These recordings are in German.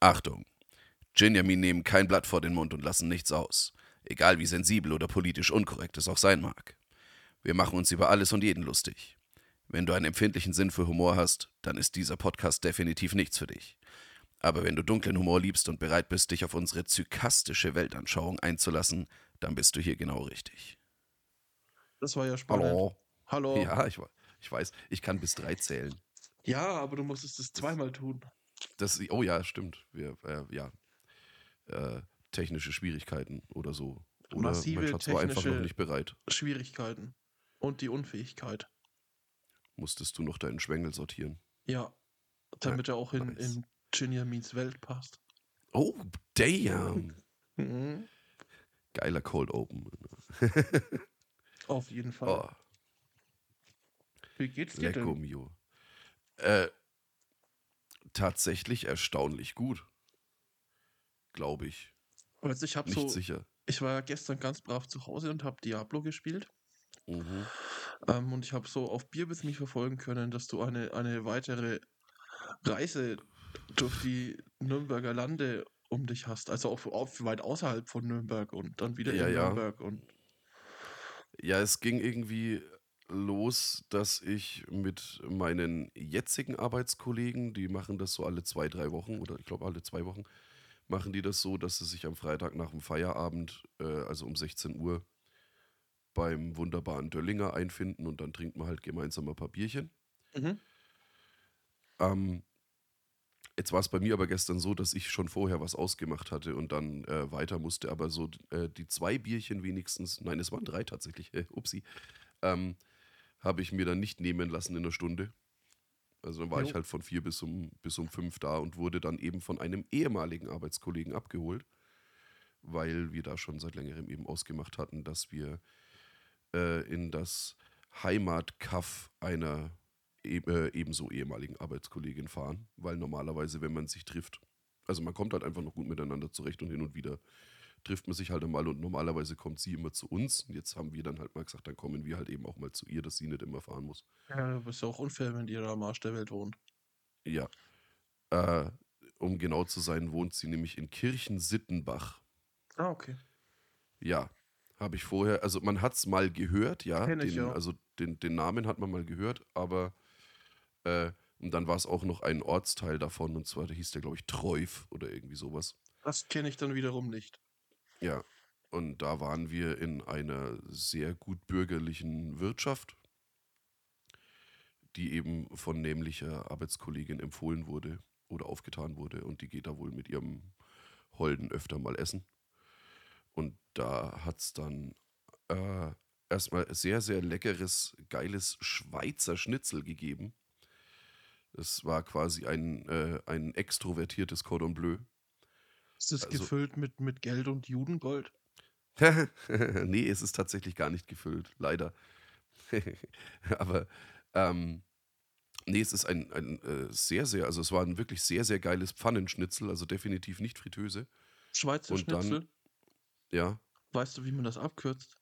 Achtung, Ginjamin nehmen kein Blatt vor den Mund und lassen nichts aus. Egal wie sensibel oder politisch unkorrekt es auch sein mag. Wir machen uns über alles und jeden lustig. Wenn du einen empfindlichen Sinn für Humor hast, dann ist dieser Podcast definitiv nichts für dich. Aber wenn du dunklen Humor liebst und bereit bist, dich auf unsere zykastische Weltanschauung einzulassen, dann bist du hier genau richtig. Das war ja spannend. Hallo. Hallo. Ja, ich weiß, ich kann bis 3 zählen. Ja, aber du musstest es Das, zweimal tun. oh ja, stimmt. Äh, technische Schwierigkeiten oder so. Oder mein Massive Schatz war einfach noch technische nicht bereit. Schwierigkeiten. Und die Unfähigkeit. Musstest du noch deinen Schwengel sortieren. Ja, Ja, damit er auch nice. in Ginjamins Welt passt. Oh, damn. Mhm. Geiler Cold Open. Auf jeden Fall. Oh, Wie geht's dir lecko denn? mio. Äh, tatsächlich erstaunlich gut, glaube ich. Also Nicht sicher. ich war ja gestern ganz brav zu Hause und habe Diablo gespielt. Mhm. Und ich habe so auf Bierbis mich verfolgen können, dass du eine weitere Reise durch die Nürnberger Lande um dich hast. Also auch weit außerhalb von Nürnberg und dann wieder Ja, in ja. Nürnberg und Ja, es ging irgendwie los, dass ich mit meinen jetzigen Arbeitskollegen, die machen das so alle 2, 3 Wochen oder ich glaube alle 2 Wochen, machen die das so, dass sie sich am Freitag nach dem Feierabend, also um 16 Uhr, beim wunderbaren Döllinger einfinden und dann trinkt man halt gemeinsam ein paar Bierchen. mhm. Ähm, Jetzt war es bei mir aber gestern so, dass ich schon vorher was ausgemacht hatte und dann weiter musste, aber so die 2 Bierchen wenigstens, nein, es waren 3 tatsächlich, upsi, ähm, habe ich mir dann nicht nehmen lassen in einer Stunde. Also dann war ich Jo. halt von 4 bis um 5 da und wurde dann eben von einem ehemaligen Arbeitskollegen abgeholt, weil wir da schon seit längerem eben ausgemacht hatten, dass wir in das Heimatkaff einer ebenso ehemaligen Arbeitskollegin fahren, weil normalerweise, wenn man sich trifft, also man kommt halt einfach noch gut miteinander zurecht und hin und wieder trifft man sich halt einmal und normalerweise kommt sie immer zu uns. Und jetzt haben wir dann halt mal gesagt, dann kommen wir halt eben auch mal zu ihr, dass sie nicht immer fahren muss. Ja, du bist ja auch unfair, wenn die da am Arsch der Welt wohnt. Ja, äh, um genau zu sein, wohnt sie nämlich in Kirchensittenbach. Ah, okay. Ja, habe ich vorher, also man hat es mal gehört, ja, Kenn ich ja. den Namen hat man mal gehört, aber und dann war es auch noch ein Ortsteil davon, und zwar, der hieß der, glaube ich, Treuf oder irgendwie sowas. Das kenne ich dann wiederum nicht. Ja, und da waren wir in einer sehr gut bürgerlichen Wirtschaft, die eben von nämlicher Arbeitskollegin empfohlen wurde oder aufgetan wurde, und die geht da wohl mit ihrem Holden öfter mal essen. Und da hat es dann äh, erstmal sehr, sehr leckeres, geiles Schweizer Schnitzel gegeben. Es war quasi ein extrovertiertes Cordon Bleu. Ist es Also, gefüllt mit Geld und Judengold? nee, es ist tatsächlich gar nicht gefüllt, leider. Aber ähm, nee, es ist ein sehr, sehr, also es war ein wirklich sehr, sehr geiles Pfannenschnitzel, also definitiv nicht Fritteuse. Schweizer Und dann, Schnitzel? ja, Weißt du, wie man das abkürzt?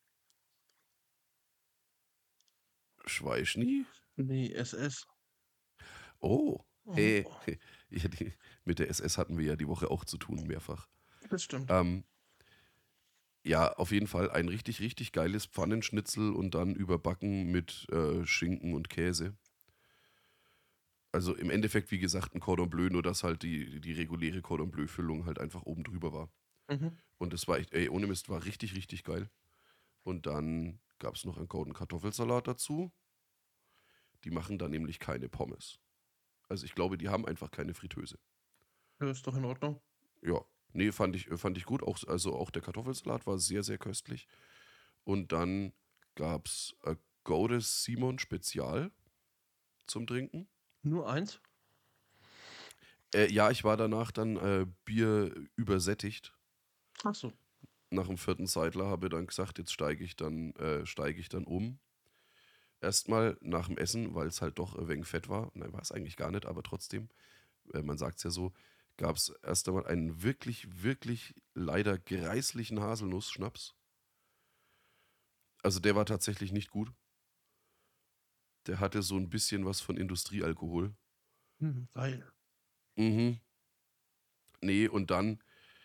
Schweischni. Nee, SS. Oh, Oh, ja, mit der SS hatten wir ja die Woche auch zu tun, mehrfach. das stimmt. Ähm, ja, auf jeden Fall ein richtig, richtig geiles Pfannenschnitzel und dann überbacken mit Schinken und Käse. Also im Endeffekt, wie gesagt, ein Cordon Bleu, nur dass halt die reguläre Cordon Bleu-Füllung halt einfach oben drüber war. Mhm. Und das war echt, ey, ohne Mist, war richtig, richtig geil. Und dann gab es noch einen Golden Kartoffelsalat dazu. Die machen da nämlich keine Pommes. Also ich glaube, die haben einfach keine Fritteuse. Ja, ist doch in Ordnung. Ja, nee, fand ich gut. Auch, also auch der Kartoffelsalat war sehr, sehr köstlich. Und dann gab es Godes Simon Spezial zum Trinken. Nur eins? Ja, ich war danach dann Bier übersättigt. Ach so. Nach dem 4. Seidler habe ich dann gesagt, jetzt steige ich dann um. Erstmal nach dem Essen, weil es halt doch ein wenig fett war. Nein, war es eigentlich gar nicht, aber trotzdem, man sagt es ja so, gab es erst einmal einen wirklich, wirklich leider greislichen Haselnuss-Schnaps. Also der war tatsächlich nicht gut. Der hatte so ein bisschen was von Industriealkohol. Geil. Mhm. nee, und dann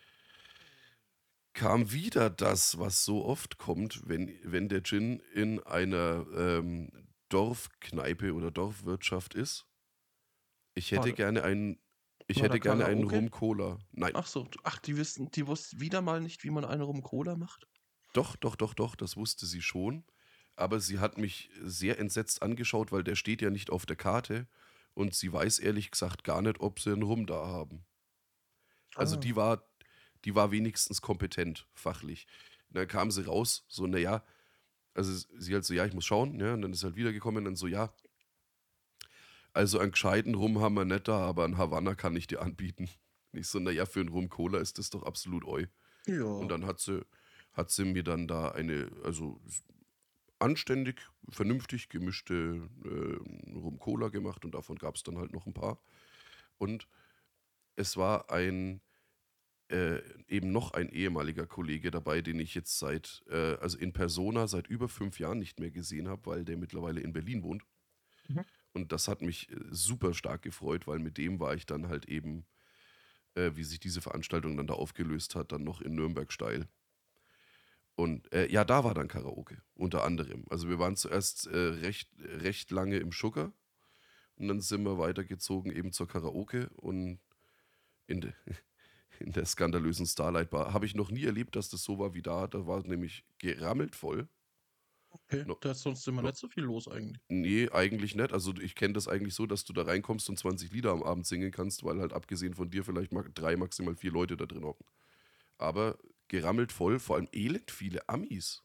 kam wieder das, was so oft kommt, wenn der Gin in einer Dorfkneipe oder Dorfwirtschaft ist. Ich hätte War, gerne einen, ich war da hätte gerne einen Karaoke? Rum-Cola. Nein, Ach so, ach, die wussten wieder mal nicht, wie man eine Rum Cola macht? doch, doch, doch, doch, das wusste sie schon. Aber sie hat mich sehr entsetzt angeschaut, weil der steht ja nicht auf der Karte und sie weiß ehrlich gesagt gar nicht, ob sie einen Rum da haben. Also Ah, die war wenigstens kompetent, fachlich. Und dann kam sie raus, so, naja, also sie halt so, ja, ich muss schauen, ja, und dann ist halt wiedergekommen und dann so, ja, also einen gescheiten Rum haben wir nicht da, aber einen Havanna kann ich dir anbieten. Und ich so, naja, für einen Rum Cola ist das doch absolut eu. Und ja. dann hat sie mir dann da eine, also anständig, vernünftig gemischte Rum Cola gemacht und davon gab es dann halt noch ein paar. Und es war eben noch ein ehemaliger Kollege dabei, den ich jetzt also in Persona seit über 5 Jahren nicht mehr gesehen habe, weil der mittlerweile in Berlin wohnt. Mhm. Und das hat mich super stark gefreut, weil mit dem war ich dann halt eben, wie sich diese Veranstaltung dann da aufgelöst hat, dann noch in Nürnberg steil. Und ja, da war dann Karaoke, unter anderem. Also wir waren zuerst recht lange im Sugar und dann sind wir weitergezogen eben zur Karaoke und in, de, in der skandalösen Starlight Bar. Habe ich noch nie erlebt, dass das so war wie da. Da war es nämlich gerammelt voll. Okay, No, da ist sonst immer no, nicht so viel los eigentlich. nee, eigentlich nicht. Also ich kenne das eigentlich so, dass du da reinkommst und 20 Lieder am Abend singen kannst, weil halt abgesehen von dir vielleicht 3, maximal 4 Leute da drin hocken. Aber gerammelt voll, vor allem elend viele Amis.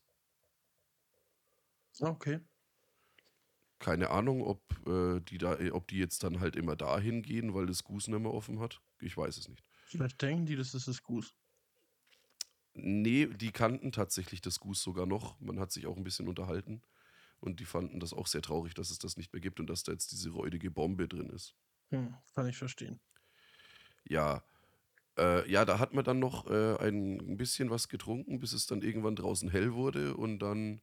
Ah, okay. Keine Ahnung, ob die jetzt dann halt immer dahin gehen, weil das Goose nicht mehr offen hat. Ich weiß es nicht. Vielleicht denken die, das ist das Goose. Nee, die kannten tatsächlich das Goose sogar noch. Man hat sich auch ein bisschen unterhalten. Und die fanden das auch sehr traurig, dass es das nicht mehr gibt und dass da jetzt diese räudige Bombe drin ist. Kann ich verstehen. Ja, ja, da hat man dann noch ein bisschen was getrunken, bis es dann irgendwann draußen hell wurde. Und dann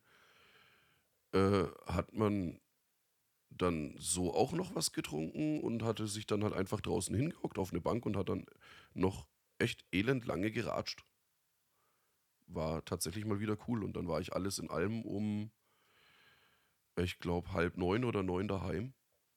hat man dann so auch noch was getrunken und hatte sich dann halt einfach draußen hingehockt auf eine Bank und hat dann noch echt elend lange geratscht. War tatsächlich mal wieder cool. Und dann war ich alles in allem um, ich glaube, 8:30 oder 9 daheim.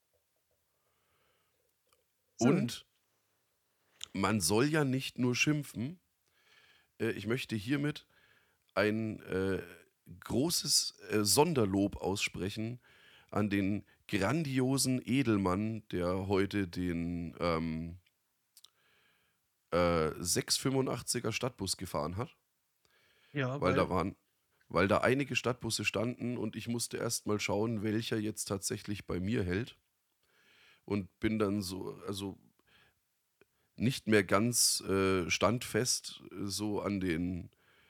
Schön. Und man soll ja nicht nur schimpfen. Ich möchte hiermit ein großes Sonderlob aussprechen an den grandiosen Edelmann, der heute den 685er Stadtbus gefahren hat, Ja, weil weil da waren, weil da einige Stadtbusse standen und ich musste erst mal schauen, welcher jetzt tatsächlich bei mir hält und bin dann so, also nicht mehr ganz standfest so an den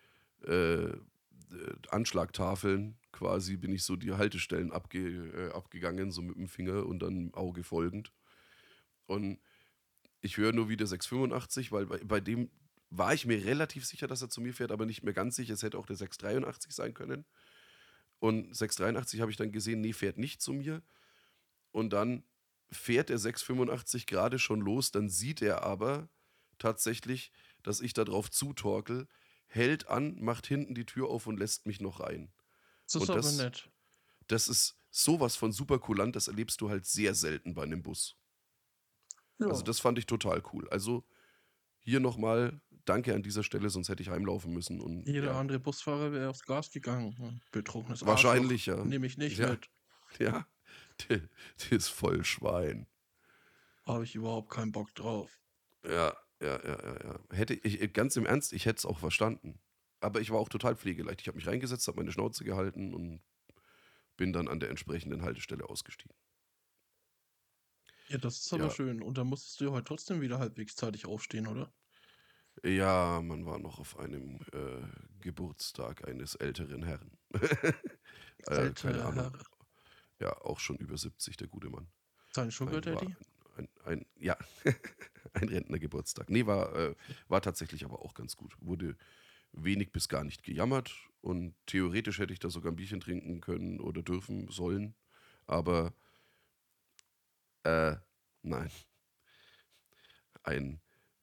Anschlagtafeln quasi bin ich so die Haltestellen abgegangen, so mit dem Finger und dann Auge folgend. Und ich höre nur wieder 685, weil bei dem war ich mir relativ sicher, dass er zu mir fährt, aber nicht mehr ganz sicher. Es hätte auch der 683 sein können. Und 683 habe ich dann gesehen, nee, fährt nicht zu mir. Und dann fährt der 685 gerade schon los. Dann sieht er aber tatsächlich, dass ich da drauf zutorkel, hält an, macht hinten die Tür auf und lässt mich noch rein. das ist Und aber nett. das ist sowas von super kulant, das erlebst du halt sehr selten bei einem Bus. Also Ja. das fand ich total cool. Also hier nochmal danke an dieser Stelle, sonst hätte ich heimlaufen müssen. Und Jeder ja, andere Busfahrer wäre aufs Gas gegangen. Betrunkenes Arschloch. wahrscheinlich ja. Nehme ich nicht Ja, mit. ja, der, der ist voll Schwein. Habe ich überhaupt keinen Bock drauf. Ja, ja, ja, ja, ja. Hätte ich, ganz im Ernst, ich hätte es auch verstanden. Aber ich war auch total pflegeleicht. Ich habe mich reingesetzt, habe meine Schnauze gehalten und bin dann an der entsprechenden Haltestelle ausgestiegen. Ja, das ist aber Ja, schön. Und dann musstest du ja heute trotzdem wieder halbwegs zeitig aufstehen, oder? ja, man war noch auf einem Geburtstag eines älteren Herrn. Keine Alter Ahnung. Herr. Ja, auch schon über 70, der gute Mann. Sein Sugar War Daddy? ja, ein Rentnergeburtstag. Nee, war tatsächlich aber auch ganz gut. Wurde wenig bis gar nicht gejammert und theoretisch hätte ich da sogar ein Bierchen trinken können oder dürfen sollen. Aber äh, nein, ein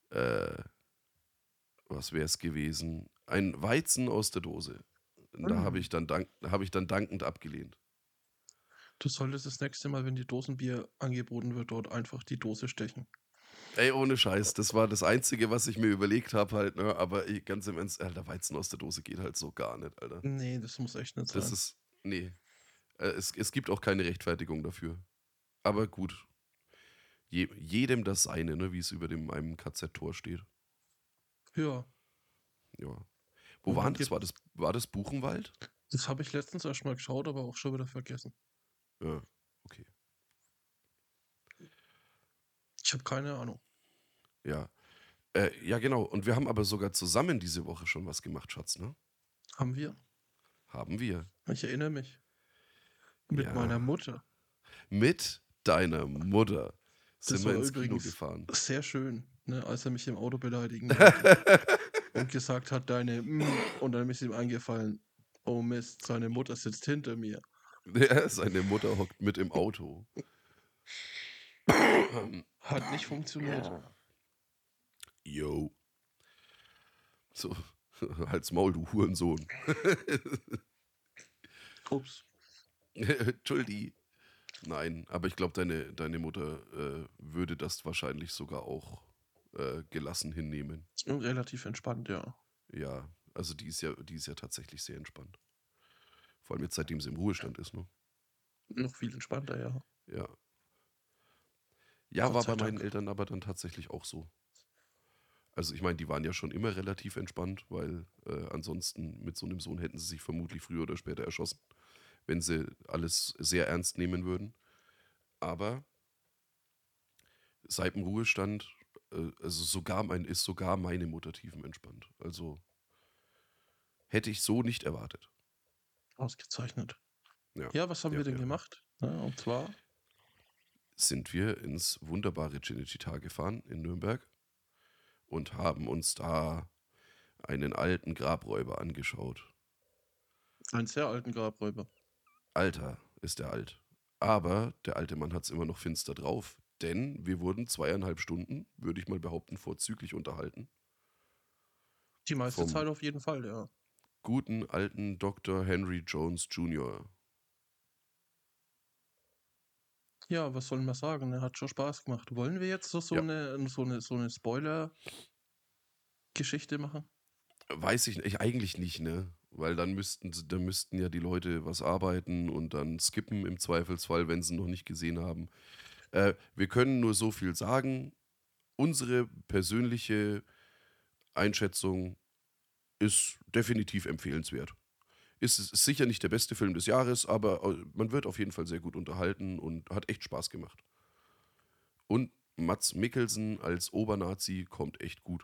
Äh, was wäre es gewesen? Ein Weizen aus der Dose. Da habe Hm. ich dann dankend abgelehnt. Du solltest das nächste Mal, wenn die Dosenbier angeboten wird, dort einfach die Dose stechen. Ey, ohne Scheiß, das war das Einzige, was ich mir überlegt habe halt, ne? Aber ganz im Ernst, Alter, Weizen aus der Dose geht halt so gar nicht, Alter. Nee, das muss echt nicht Das sein. ist, nee. Es gibt auch keine Rechtfertigung dafür. Aber gut, jedem das Seine, ne? Wie es über einem KZ-Tor steht. Ja, Ja. Wo und war dann das? gibt War das Buchenwald? das habe ich letztens erst mal geschaut, aber auch schon wieder vergessen. Ja, okay. Ich habe keine Ahnung. Ja. Ja, genau. Und wir haben aber sogar zusammen diese Woche schon was gemacht, Schatz, ne? Haben wir? Haben wir. Ich erinnere mich. Mit Ja. meiner Mutter. Mit deiner Mutter Das sind wir war ins Kino übrigens gefahren. sehr schön, ne, als er mich im Auto beleidigen wollte und gesagt hat, deine und dann ist ihm eingefallen, oh Mist, seine Mutter sitzt hinter mir. Ja, seine Mutter hockt mit im Auto. Hat nicht funktioniert. Yo. So, halt's Maul, du Hurensohn. Ups. Entschuldi. Nein, aber ich glaube, deine Mutter würde das wahrscheinlich sogar auch gelassen hinnehmen. Relativ entspannt, ja. Ja, also die ist ja tatsächlich sehr entspannt. Vor allem jetzt, seitdem sie im Ruhestand ist, ne? Noch viel entspannter, ja. Ja. Ja, Gott war sei bei meinen Dank. Eltern aber dann tatsächlich auch so. Also ich meine, die waren ja schon immer relativ entspannt, weil ansonsten mit so einem Sohn hätten sie sich vermutlich früher oder später erschossen, wenn sie alles sehr ernst nehmen würden. Aber seit dem Ruhestand, also ist sogar meine Mutter tiefenentspannt. Also hätte ich so nicht erwartet. Ausgezeichnet. Ja, Ja, was haben ja, wir denn ja. gemacht? Ja, und zwar, Sind wir ins wunderbare Cinecittà gefahren in Nürnberg und haben uns da einen alten Grabräuber angeschaut. einen sehr alten Grabräuber. Alter, ist der alt. Aber der alte Mann hat es immer noch finster drauf, denn wir wurden 2,5 Stunden, würde ich mal behaupten, vorzüglich unterhalten. Die meiste Vom Zeit auf jeden Fall, ja. guten alten Dr. Henry Jones Jr. Ja, was soll man sagen? Er hat schon Spaß gemacht. Wollen wir jetzt so Ja, eine Spoiler-Geschichte machen? weiß ich nicht, eigentlich nicht, ne? Weil dann müssten ja die Leute was arbeiten und dann skippen im Zweifelsfall, wenn sie ihn noch nicht gesehen haben. Wir können nur so viel sagen. Unsere persönliche Einschätzung ist definitiv empfehlenswert. Ist sicher nicht der beste Film des Jahres, aber man wird auf jeden Fall sehr gut unterhalten und hat echt Spaß gemacht. Und Mads Mikkelsen als Obernazi kommt echt gut.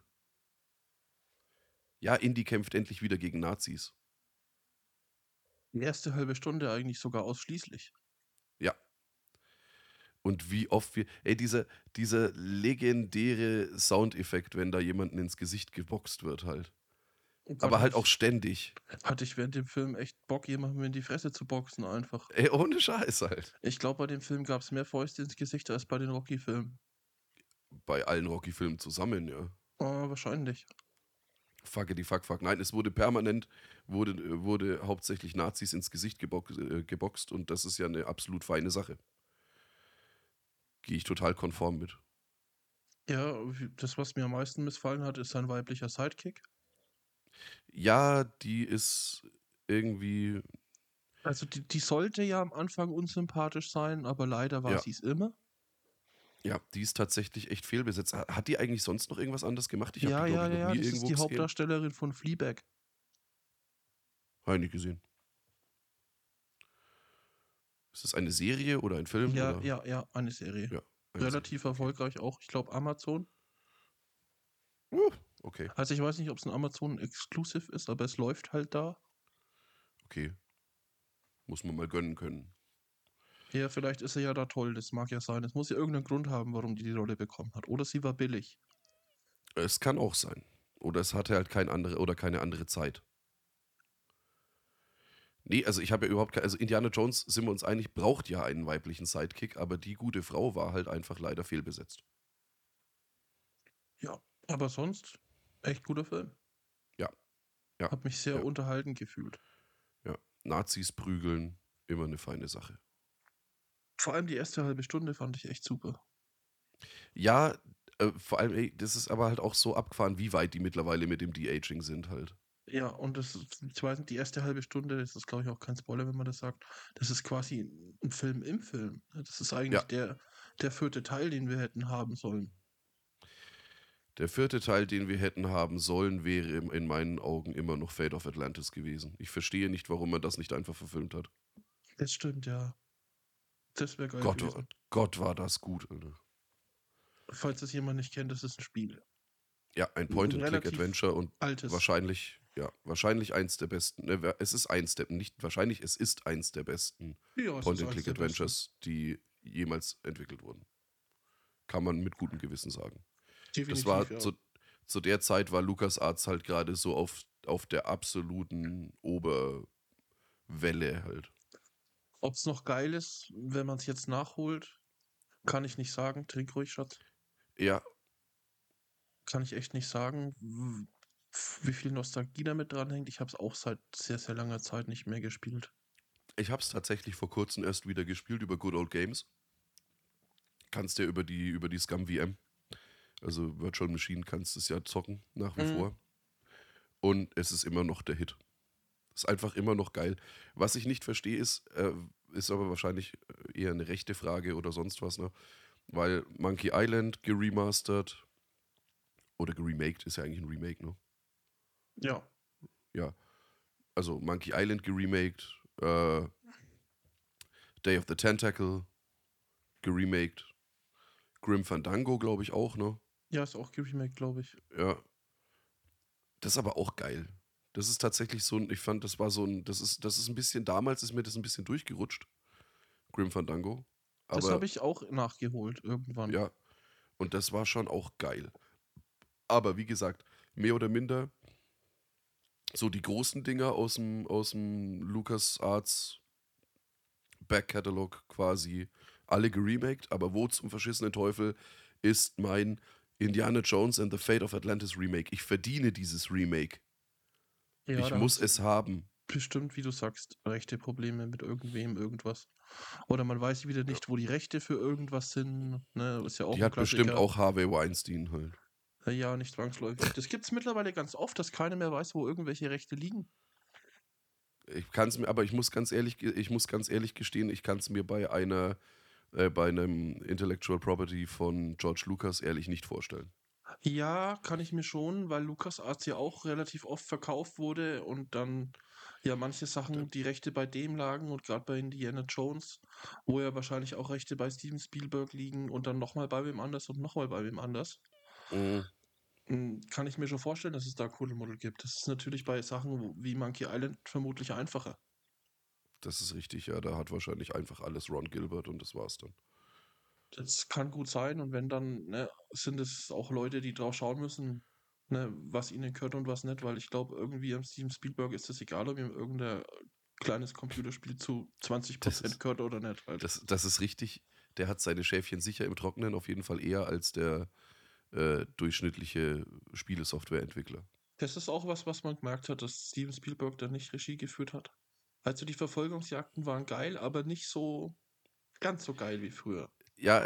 Ja, Indy kämpft endlich wieder gegen Nazis. Die erste halbe Stunde eigentlich sogar ausschließlich. Ja. Und wie oft wir. Ey, dieser legendäre Soundeffekt, wenn da jemanden ins Gesicht geboxt wird, halt. Oh Gott, Aber halt auch ständig. hatte ich während dem Film echt Bock, jemandem in die Fresse zu boxen einfach. Ey, ohne Scheiß halt. Ich glaube, bei dem Film gab es mehr Fäuste ins Gesicht als bei den Rocky-Filmen. Bei allen Rocky-Filmen zusammen, ja. Wahrscheinlich. Fuckity fuck fuck. Nein, es wurde permanent, wurde hauptsächlich Nazis ins Gesicht geboxt und das ist ja eine absolut feine Sache. Gehe ich total konform mit. Ja, das, was mir am meisten missfallen hat, ist sein weiblicher Sidekick. Ja, die ist irgendwie, Also die sollte ja am Anfang unsympathisch sein, aber leider war ja, sie es immer. ja, die ist tatsächlich echt fehlbesetzt. Hat die eigentlich sonst noch irgendwas anderes gemacht? Ich habe die, Ja, glaube ja, ich, ja, noch ja, nie das ist irgendwo die gesehen. Hauptdarstellerin von Fleabag. Habe ich nicht gesehen. Ist das eine Serie oder ein Film Ja, oder? ja, ja, eine Serie. Ja, eine Serie. Relativ Okay. erfolgreich auch. Ich glaube Amazon. Okay, Also ich weiß nicht, ob es ein Amazon Exclusive ist, aber es läuft halt da. okay. Muss man mal gönnen können. Ja, vielleicht ist er ja da toll, das mag ja sein. Es muss ja irgendeinen Grund haben, warum die Rolle bekommen hat. Oder sie war billig. Es kann auch sein. Oder es hatte halt keine andere Zeit. Nee, also ich habe ja überhaupt also Indiana Jones, sind wir uns einig, braucht ja einen weiblichen Sidekick, aber die gute Frau war halt einfach leider fehlbesetzt. Ja, Aber sonst echt guter Film. Ja, ja, Hab mich sehr ja, unterhalten gefühlt. ja. Nazis prügeln, immer eine feine Sache. Vor allem die erste halbe Stunde fand ich echt super. Ja, vor allem, ey, das ist aber halt auch so abgefahren, wie weit die mittlerweile mit dem De-Aging sind halt. Ja, und ich weiß nicht, die erste halbe Stunde, das ist glaube ich auch kein Spoiler, wenn man das sagt, das ist quasi ein Film im Film. Das ist Ja, eigentlich der vierte Teil, den wir hätten haben sollen. der vierte Teil, den wir hätten haben sollen, wäre in meinen Augen immer noch Fate of Atlantis gewesen. Ich verstehe nicht, warum man das nicht einfach verfilmt hat. Das stimmt, ja. Das wäre geil Gott, gewesen. Gott war das gut, Alter. Falls das jemand nicht kennt, das ist ein Spiel. Ja, ein Ein relativ Point-and-Click-Adventure und altes. wahrscheinlich, ja, wahrscheinlich eins der besten. Es ist eins der, nicht wahrscheinlich, es ist eins der besten Ja, es ist eins der besten. Point-and-Click-Adventures, die jemals entwickelt wurden. Kann man mit gutem Gewissen sagen. Das Definitiv, war ja. zu der Zeit war LucasArts halt gerade so auf der absoluten Oberwelle halt. Ob es noch geil ist, wenn man es jetzt nachholt, kann ich nicht sagen. Trink ruhig, Schatz. Ja, Kann ich echt nicht sagen, wie viel Nostalgie damit dranhängt. Ich habe es auch seit sehr, sehr langer Zeit nicht mehr gespielt. ich habe es tatsächlich vor kurzem erst wieder gespielt über Good Old Games. Kannst ja über die Scum VM, also Virtual Machine, kannst es ja zocken nach wie Mhm. vor. Und es ist immer noch der Hit. Ist einfach immer noch geil. Was ich nicht verstehe, ist aber wahrscheinlich eher eine rechte Frage oder sonst was, ne? Weil Monkey Island geremastert oder geremaked ist ja eigentlich ein Remake, ne? Ja. Ja. Also Monkey Island geremaked, äh, Day of the Tentacle geremaked, Grim Fandango, glaube ich, auch, ne? Ja, ist auch Remake, glaube ich. Ja. Das ist aber auch geil. Das ist tatsächlich so ein, ich fand, das war so ein, das ist ein bisschen, damals ist mir das ein bisschen durchgerutscht, Grim Fandango. Das Aber habe ich auch nachgeholt irgendwann. ja, und das war schon auch geil. Aber wie gesagt, mehr oder minder so die großen Dinger aus dem LucasArts Backkatalog quasi alle geremaked, aber wo zum verschissenen Teufel ist mein Indiana Jones and the Fate of Atlantis Remake? Ich verdiene dieses Remake. Ja, Ich da muss hat's es haben. bestimmt, wie du sagst, rechte Probleme mit irgendwem, irgendwas. Oder man weiß wieder Ja. nicht, wo die Rechte für irgendwas sind. Ne, ist ja auch Die ein hat bestimmt Klassiker. auch Harvey Weinstein halt. Ja, nicht zwangsläufig. Das gibt's mittlerweile ganz oft, dass keiner mehr weiß, wo irgendwelche Rechte liegen. Ich kann es mir, aber ich muss ganz ehrlich gestehen, ich kann es mir bei einem Intellectual Property von George Lucas ehrlich nicht vorstellen. Ja, kann ich mir schon, weil LucasArts ja auch relativ oft verkauft wurde und dann ja manche Da- Sachen die Rechte bei dem lagen und gerade bei Indiana Jones, wo ja wahrscheinlich auch Rechte bei Steven Spielberg liegen und dann nochmal bei wem anders und nochmal bei wem anders. Mm, Kann ich mir schon vorstellen, dass es da Kuddelmuddel gibt. Das ist natürlich bei Sachen wie Monkey Island vermutlich einfacher. Das ist richtig, ja. Da hat wahrscheinlich einfach alles Ron Gilbert und das war's dann. Das kann gut sein und wenn dann, ne, sind es auch Leute, die drauf schauen müssen, ne, was ihnen gehört und was nicht, weil ich glaube, irgendwie am Steven Spielberg ist es egal, ob ihm irgendein kleines Computerspiel zu Das 20% ist, gehört oder nicht halt. das ist richtig. Der hat seine Schäfchen sicher im Trockenen, auf jeden Fall eher als der durchschnittliche Spielesoftwareentwickler. Das ist auch was, was man gemerkt hat, dass Steven Spielberg da nicht Regie geführt hat. Also die Verfolgungsjagden waren geil, aber nicht so ganz so geil wie früher. Ja,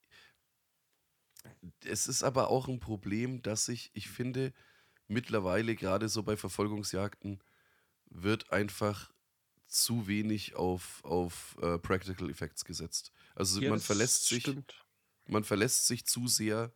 es ist aber auch ein Problem, dass ich finde, mittlerweile gerade so bei Verfolgungsjagden wird einfach zu wenig auf Practical Effects gesetzt. Also Ja, das stimmt. man verlässt sich zu sehr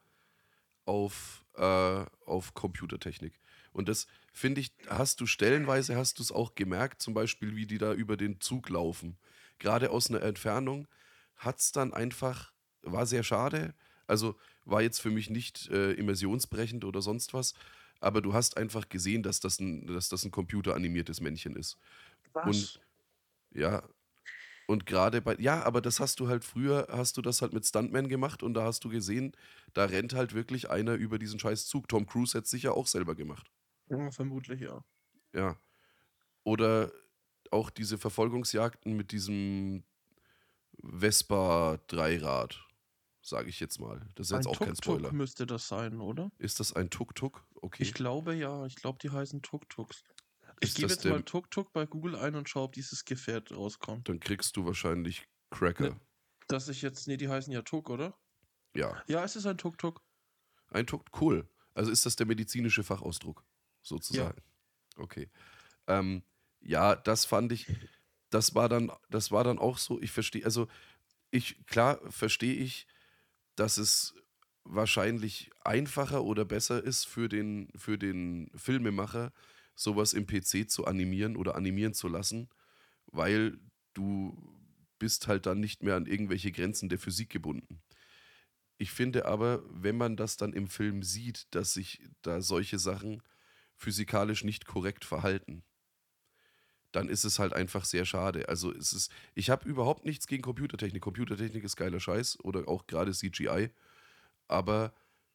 auf Computertechnik. Und das finde ich, stellenweise hast du es auch gemerkt, zum Beispiel, wie die da über den Zug laufen. Gerade aus einer Entfernung hat es dann einfach, war sehr schade. Also war jetzt für mich nicht immersionsbrechend oder sonst was, aber du hast einfach gesehen, dass das ein computeranimiertes Männchen ist. Und Was? ja, und gerade ja, aber das hast du halt früher, hast du das halt mit Stuntmen gemacht und da hast du gesehen, da rennt halt wirklich einer über diesen scheiß Zug. Tom Cruise hätte es sicher auch selber gemacht. Ja, vermutlich ja. Ja. Oder auch diese Verfolgungsjagden mit diesem Vespa-Dreirad. sage ich jetzt mal. Das ist jetzt Ein auch kein Tuk-Tuk Spoiler. müsste das sein, oder? Ist das ein Tuk-Tuk? Ich Okay. glaube ja, ich glaube, die heißen Tuk-Tuks. Ich Ist gebe das jetzt der, mal Tuk-Tuk bei Google ein und schaue, ob dieses Gefährt rauskommt. dann kriegst du wahrscheinlich Ne, Cracker. die heißen ja Tuk, oder? Ja. Ja, es ist ein Tuk-Tuk. Ein Tuk, cool. Also ist das der medizinische Fachausdruck, Ja. sozusagen. Okay. Ähm, ja, das fand ich, das war dann auch so, ich verstehe, also klar verstehe ich, dass es wahrscheinlich einfacher oder besser ist für den Filmemacher, sowas im PC zu animieren oder animieren zu lassen, weil du bist halt dann nicht mehr an irgendwelche Grenzen der Physik gebunden. Ich finde aber, wenn man das dann im Film sieht, dass sich da solche Sachen physikalisch nicht korrekt verhalten, dann ist es halt einfach sehr schade. Also ich habe überhaupt nichts gegen Computertechnik. Computertechnik ist geiler Scheiß oder auch gerade CGI, aber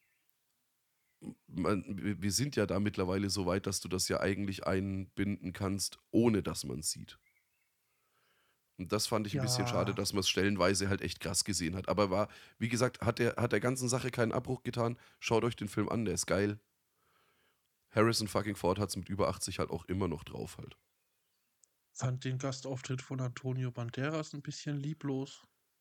wir sind ja da mittlerweile so weit, dass du das ja eigentlich einbinden kannst, ohne dass man es sieht. Und das fand ich ein bisschen schade, Ja, dass man es stellenweise halt echt krass gesehen hat. Aber wie gesagt, hat der ganzen Sache keinen Abbruch getan. Schaut euch den Film an, der ist geil. Harrison fucking Ford hat es mit über 80 halt auch immer noch drauf halt. fand den Gastauftritt von Antonio Banderas ein bisschen lieblos.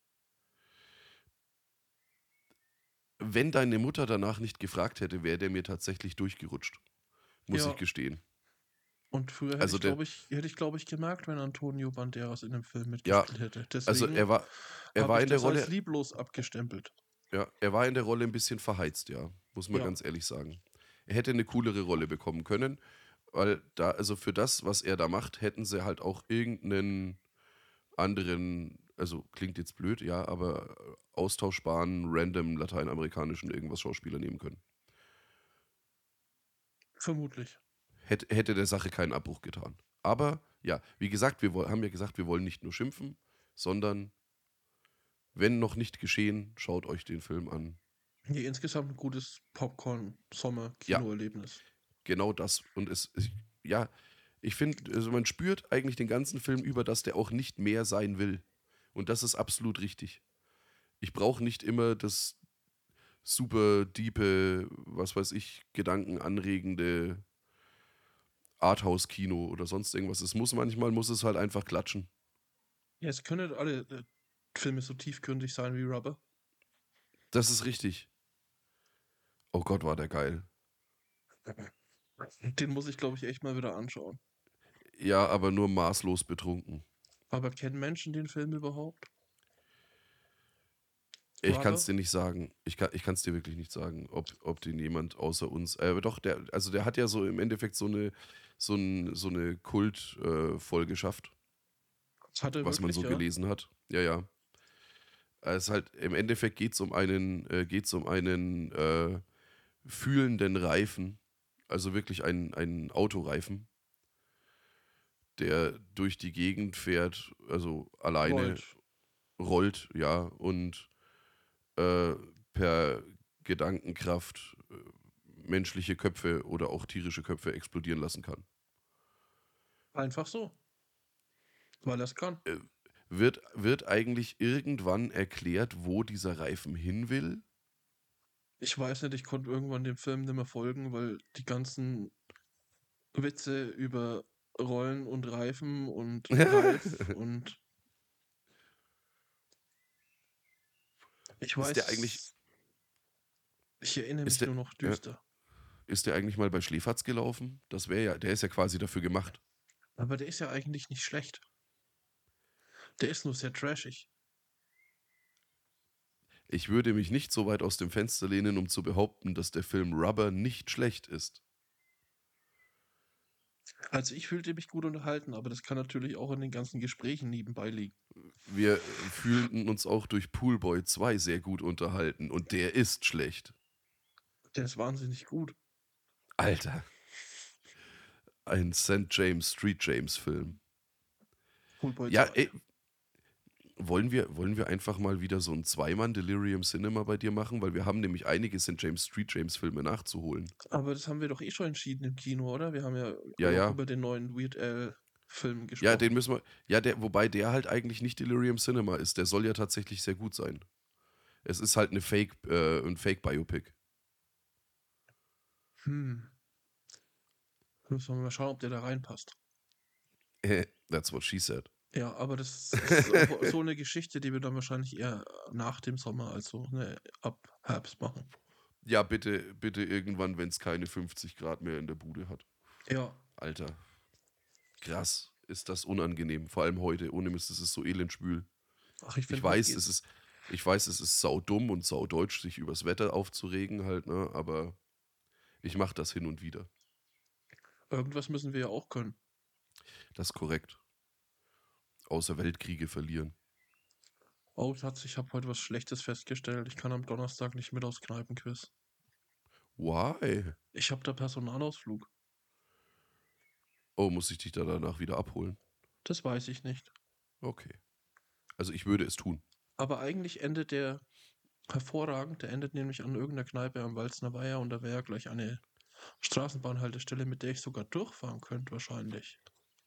Wenn deine Mutter danach nicht gefragt hätte, wäre der mir tatsächlich durchgerutscht. Muss ich Ja, gestehen. und früher Also hätte ich, glaube ich, gemerkt, wenn Antonio Banderas in dem Film ja, mitgespielt hätte. also Deswegen er habe war ich in der das als Rolle, lieblos abgestempelt. ja, er war in der Rolle ein bisschen verheizt, ja. Muss man Ja, ganz ehrlich sagen. Er hätte eine coolere Rolle bekommen können, weil da, also für das, was er da macht, hätten sie halt auch irgendeinen anderen, also klingt jetzt blöd, ja, aber austauschbaren, random lateinamerikanischen irgendwas Schauspieler nehmen können. vermutlich. Hätte der Sache keinen Abbruch getan. Aber ja, wie gesagt, haben ja gesagt, wir wollen nicht nur schimpfen, sondern wenn noch nicht geschehen, schaut euch den Film an. Nee, insgesamt ein gutes Ja, Popcorn-Sommer-Kinoerlebnis. genau das. Und ja, ich finde, also man spürt eigentlich den ganzen Film über, dass der auch nicht mehr sein will. Und das ist absolut richtig. Ich brauche nicht immer das super diepe, was weiß ich, gedankenanregende Arthouse-Kino oder sonst irgendwas. Manchmal muss es halt einfach klatschen. Ja, es können nicht alle Filme so tiefgründig sein wie Rubber. Das ist richtig. Oh Gott, war der geil. Den muss ich, glaube ich, echt mal wieder anschauen. Ja, aber nur maßlos betrunken. Aber kennen Menschen den Film überhaupt? Ich kann es Rubber? dir nicht sagen. Ich kann es dir wirklich nicht sagen, ob den jemand außer uns. Doch, der hat ja so im Endeffekt so eine Kultfolge geschafft, Das hat er was man wirklich, so ja? gelesen hat. Ja, ja. Es ist halt, im Endeffekt geht's um einen fühlenden Reifen, also wirklich einen Autoreifen, der durch die Gegend fährt, also alleine Rollt. rollt, ja, und äh, per Gedankenkraft menschliche Köpfe oder auch tierische Köpfe explodieren lassen kann. Einfach so. Weil er es kann. Äh, wird eigentlich irgendwann erklärt, wo dieser Reifen hin will? Ich weiß nicht, ich konnte irgendwann dem Film nicht mehr folgen, weil die ganzen Witze über Rollen und Reifen und Reif und ich ist der eigentlich, weiß, ich erinnere ist mich der, nur noch ja, düster. ist der eigentlich mal bei Schläferz gelaufen? Der ist ja quasi dafür gemacht. Aber der ist ja eigentlich nicht schlecht. Der ist nur sehr trashig. Ich würde mich nicht so weit aus dem Fenster lehnen, um zu behaupten, dass der Film Rubber nicht schlecht ist. Also ich fühlte mich gut unterhalten, aber das kann natürlich auch in den ganzen Gesprächen nebenbei liegen. Wir fühlten uns auch durch Poolboy 2 sehr gut unterhalten und der ist schlecht. Der ist wahnsinnig gut. Alter, ein St. James, Street James Film. Poolboy Ja, 2. ey, wollen wir einfach mal wieder so ein Zweimann Delirium Cinema bei dir machen? Weil wir haben nämlich einige St. James, Street James Filme nachzuholen. Aber das haben wir doch eh schon entschieden im Kino, oder? Wir haben ja Ja, auch ja. über den neuen Weird Al-Film Ja, gesprochen. den müssen wir. Ja, wobei der halt eigentlich nicht Delirium Cinema ist. Der soll ja tatsächlich sehr gut sein. Es ist halt ein Fake-Biopic. Müssen wir mal schauen, ob der da reinpasst. That's what she said. Ja, aber das ist auch so eine Geschichte, die wir dann wahrscheinlich eher nach dem Sommer, also ab Herbst machen. Ja, bitte, bitte irgendwann, wenn es keine 50 Grad mehr in der Bude hat. Ja, Alter, krass, ist das unangenehm. Vor allem heute, ohne Mist, es ist so elendschwül. ach, ich Ich finde, weiß, es ist saudumm und saudeutsch, sich übers Wetter aufzuregen halt, ne? Aber ich mache das hin und wieder. irgendwas müssen wir ja auch können. Das ist korrekt. Außer Weltkriege verlieren. Oh, Schatz, ich habe heute was Schlechtes festgestellt. Ich kann am Donnerstag nicht mit aufs Kneipenquiz. Why? Ich habe da Personalausflug. Oh, muss ich dich da danach wieder abholen? Das weiß ich nicht. Okay. Also ich würde es tun. Aber eigentlich endet der hervorragend. Der endet nämlich an irgendeiner Kneipe am Walzner Weiher und da wäre ja gleich eine Straßenbahnhaltestelle, mit der ich sogar durchfahren könnte, wahrscheinlich.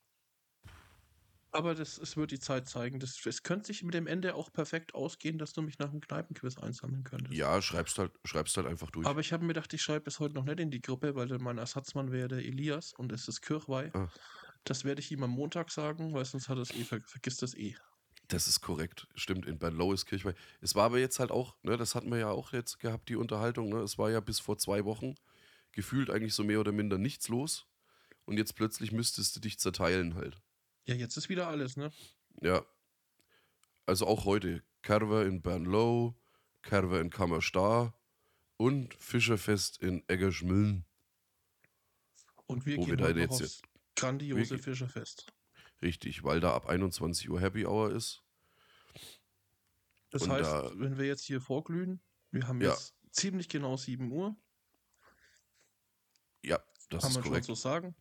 Aber es wird die Zeit zeigen. Es könnte sich mit dem Ende auch perfekt ausgehen, dass du mich nach dem Kneipenquiz einsammeln könntest. Ja, schreibst halt einfach durch. Aber ich habe mir gedacht, ich schreibe es heute noch nicht in die Gruppe, weil mein Ersatzmann wäre der Elias und es ist Kirchweih. Ah, Das werde ich ihm am Montag sagen, weil sonst hat er es vergisst das eh. das ist korrekt. Stimmt, in Bernlau ist Kirchweih. Es war aber jetzt halt auch, ne, das hatten wir ja auch jetzt gehabt, die Unterhaltung, ne? Es war ja bis vor 2 Wochen gefühlt eigentlich so mehr oder minder nichts los. Und jetzt plötzlich müsstest du dich zerteilen halt. Ja, jetzt ist wieder alles, ne? Ja, also auch heute. Kerwe in Bernlau, Kerwe in Kammerstar und Fischerfest in Eggerschmülln. Und wir Wo wir gehen da heute noch jetzt, aufs wir, grandiose Fischerfest. richtig, weil da ab 21 Uhr Happy Hour ist. Das Und heißt, da, wenn wir jetzt hier vorglühen, wir haben ja, jetzt ziemlich genau 7 Uhr, ja, das kann ist man schon so korrekt. sagen.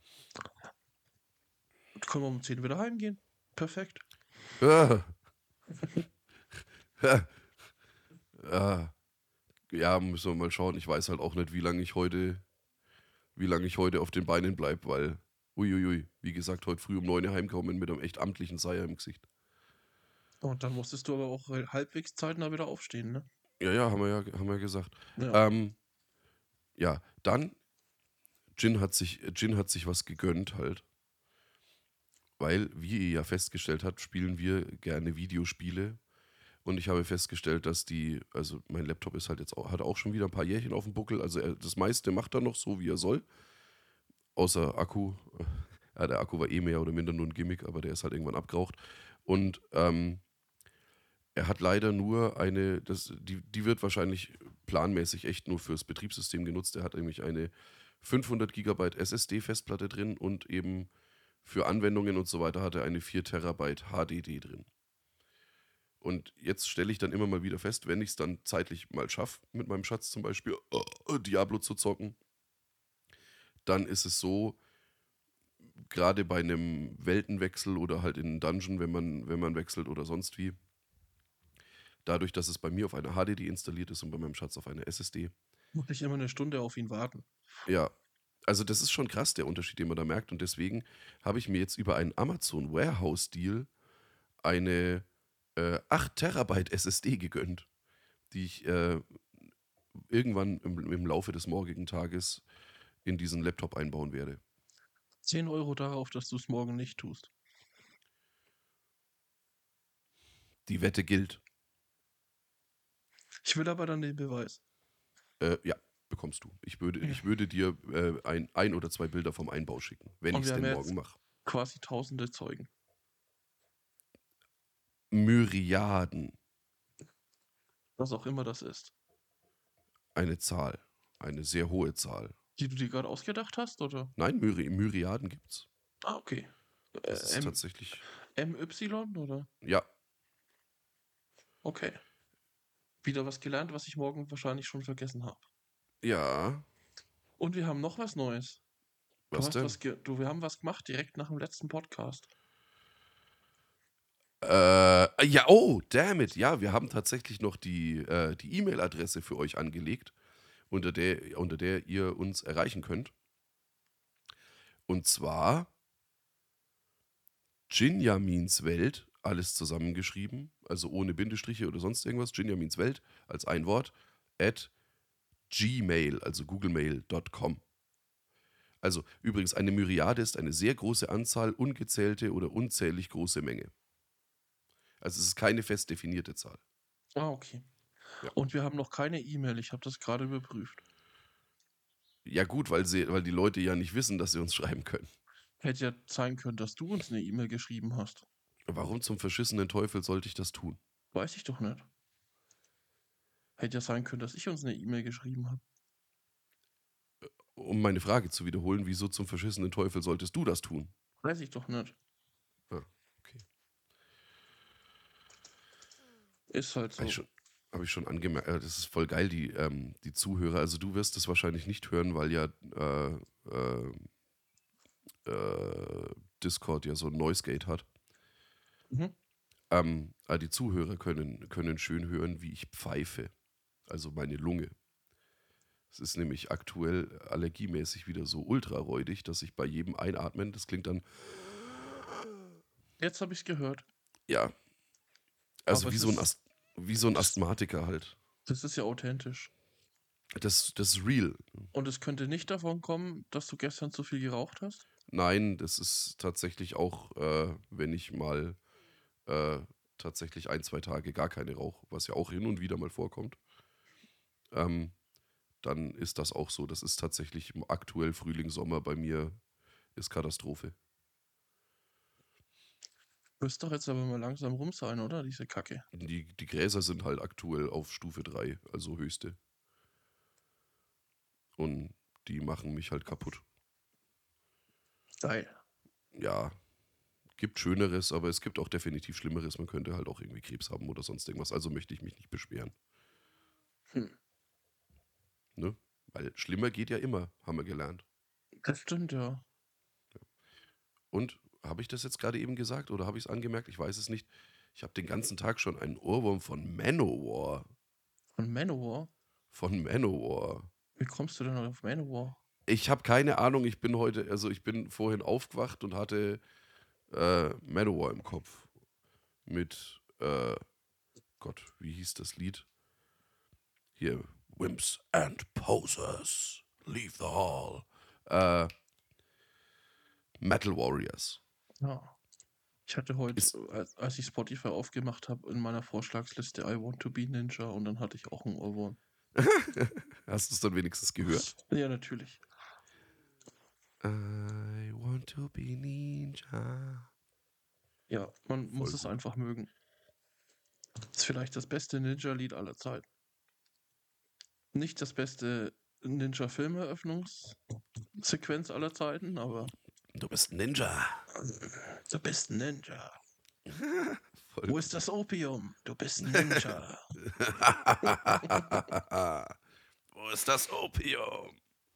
Und können wir um 10 wieder heimgehen. Perfekt. Ah, ah, ja, müssen wir mal schauen. Ich weiß halt auch nicht, wie lange ich heute auf den Beinen bleibe, weil, uiuiui, wie gesagt, heute früh um 9 Uhr heimkommen mit einem echt amtlichen Seier im Gesicht. Und dann musstest du aber auch halbwegs zeitnah wieder aufstehen, ne? Ja, haben wir ja gesagt. Ja. Ähm, ja, dann, Jin hat sich was gegönnt halt. Weil, wie ihr ja festgestellt habt, spielen wir gerne Videospiele. Und ich habe festgestellt, dass also mein Laptop ist halt jetzt auch, hat auch schon wieder ein paar Jährchen auf dem Buckel. Also das meiste macht er noch so, wie er soll. Außer Akku. Ja, der Akku war eh mehr oder minder nur ein Gimmick, aber der ist halt irgendwann abgeraucht. Und er hat leider nur die wird wahrscheinlich planmäßig echt nur fürs Betriebssystem genutzt. Er hat nämlich eine 500 Gigabyte SSD-Festplatte drin und eben für Anwendungen und so weiter hat er eine 4 Terabyte HDD drin. Und jetzt stelle ich dann immer mal wieder fest, wenn ich es dann zeitlich mal schaffe, mit meinem Schatz zum Beispiel Diablo zu zocken, dann ist es so, gerade bei einem Weltenwechsel oder halt in einen Dungeon, wenn man wechselt oder sonst wie, dadurch, dass es bei mir auf einer HDD installiert ist und bei meinem Schatz auf einer SSD, Muss ich immer eine Stunde auf ihn warten. ja, also das ist schon krass, der Unterschied, den man da merkt. Und deswegen habe ich mir jetzt über einen Amazon Warehouse Deal eine 8 Terabyte SSD gegönnt, die ich irgendwann im Laufe des morgigen Tages in diesen Laptop einbauen werde. 10 € darauf, dass du es morgen nicht tust. Die Wette gilt. Ich will aber dann den Beweis. Ja, bekommst du. Ich würde dir ein oder zwei Bilder vom Einbau schicken, wenn Und ich wir es haben denn ja morgen jetzt mache. quasi tausende Zeugen. Myriaden. Was auch immer das ist. Eine Zahl. Eine sehr hohe Zahl. Die du dir gerade ausgedacht hast, oder? Nein, Myriaden gibt's. Ah, okay. Das ist M tatsächlich. MY, oder? Ja, Okay. Wieder was gelernt, was ich morgen wahrscheinlich schon vergessen habe. ja. Und wir haben noch was Neues. Was denn? Wir haben was gemacht direkt nach dem letzten Podcast. Ja, oh, damn it. Ja, wir haben tatsächlich noch die E-Mail-Adresse für euch angelegt, unter der ihr uns erreichen könnt. Und zwar Jinjamins Welt, alles zusammengeschrieben, also ohne Bindestriche oder sonst irgendwas, Ginjamins Welt als ein Wort, at gmail, also googlemail.com. Also übrigens, eine Myriade ist eine sehr große Anzahl, ungezählte oder unzählig große Menge. Also es ist keine fest definierte Zahl. Ah, okay. Ja, Und wir haben noch keine E-Mail. Ich habe das gerade überprüft. ja gut, weil die Leute ja nicht wissen, dass sie uns schreiben können. Hätte ja sein können, dass du uns eine E-Mail geschrieben hast. Warum zum verschissenen Teufel sollte ich das tun? Weiß ich doch nicht. Hätte ja sein können, dass ich uns eine E-Mail geschrieben habe. Um meine Frage zu wiederholen, wieso zum verschissenen Teufel solltest du das tun? Weiß ich doch nicht. Ah, okay. Ist halt so. Habe ich schon angemerkt, das ist voll geil, die Zuhörer. Also du wirst es wahrscheinlich nicht hören, weil ja Discord ja so ein Noise Gate hat. Mhm. Aber die Zuhörer können schön hören, wie ich pfeife. Also meine Lunge. Es ist nämlich aktuell allergiemäßig wieder so ultraräudig, dass ich bei jedem Einatmen, das klingt dann, Jetzt habe ich es gehört. ja, also Aber wie so ein Asthmatiker halt. das ist ja authentisch. Das ist real. Und es könnte nicht davon kommen, dass du gestern zu viel geraucht hast? Nein, das ist tatsächlich auch, wenn ich mal tatsächlich 1, 2 Tage gar keine rauche, was ja auch hin und wieder mal vorkommt, ähm, dann ist das auch so. Das ist tatsächlich aktuell Frühling, Sommer bei mir ist Katastrophe. Müsste doch jetzt aber mal langsam rum sein, oder? Diese Kacke. Die Gräser sind halt aktuell auf Stufe 3, also höchste. Und die machen mich halt kaputt. Geil. Ja, gibt Schöneres, aber es gibt auch definitiv Schlimmeres. Man könnte halt auch irgendwie Krebs haben oder sonst irgendwas. Also möchte ich mich nicht beschweren. Hm. Ne? Weil schlimmer geht ja immer, haben wir gelernt. Das stimmt, ja. Und habe ich das jetzt gerade eben gesagt oder habe ich es angemerkt? Ich weiß es nicht. Ich habe den ganzen Tag schon einen Ohrwurm von Manowar. Und Manowar? Von Manowar. Wie kommst du denn auf Manowar? Ich habe keine Ahnung, ich bin vorhin aufgewacht und hatte Manowar im Kopf. Mit, Gott, wie hieß das Lied? Hier, Wimps and Posers, leave the hall. Metal Warriors. Ja. Ich hatte heute, Ist, als ich Spotify aufgemacht habe, in meiner Vorschlagsliste I Want to Be Ninja und dann hatte ich auch einen Ohrwurm. hast du es dann wenigstens gehört? Ja, natürlich. I want to be Ninja. Ja, man Voll muss es gut. einfach mögen. Ist vielleicht das beste Ninja-Lied aller Zeiten. Nicht das beste Ninja-Filmeröffnungssequenz aller Zeiten, aber Du bist Ninja. der beste Ninja. Voll Wo gut. ist das Opium? Du bist ein Ninja. Wo ist das Opium?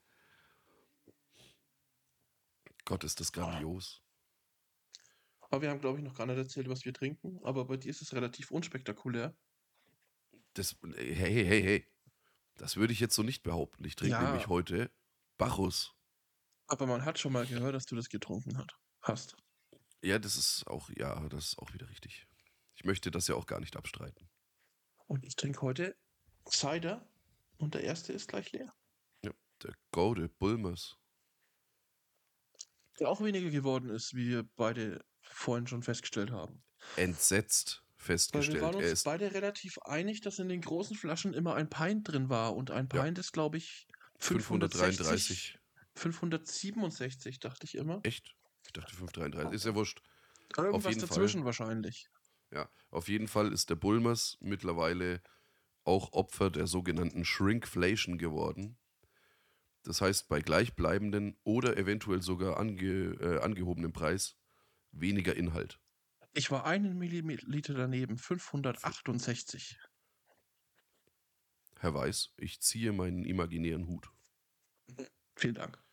Gott, ist das grandios. Aber wir haben, glaube ich, noch gar nicht erzählt, was wir trinken. Aber bei dir ist es relativ unspektakulär. Hey. Das würde ich jetzt so nicht behaupten. Ich trinke Ja, nämlich heute Bacchus. aber man hat schon mal gehört, dass du das getrunken hast. Ja, das ist auch wieder richtig. Ich möchte das ja auch gar nicht abstreiten. Und ich trinke heute Cider und der erste ist gleich leer. Ja, der Gode Bulmers. Der auch weniger geworden ist, wie wir beide vorhin schon festgestellt haben. Entsetzt Weil wir festgestellt. waren Er uns ist beide relativ einig, dass in den großen Flaschen immer ein Pint drin war. Und ein ja Pint ist, glaube ich, 560, 533. 567, dachte ich immer. Echt? Ich dachte 533. Ist ja wurscht. Auf Irgendwas jeden Fall. dazwischen wahrscheinlich. Ja, auf jeden Fall ist der Bulmers mittlerweile auch Opfer der sogenannten Shrinkflation geworden. Das heißt, bei gleichbleibenden oder eventuell sogar angehobenem Preis weniger Inhalt. Ich war einen Milliliter daneben, 568. Herr Weiß, ich ziehe meinen imaginären Hut. Vielen Dank.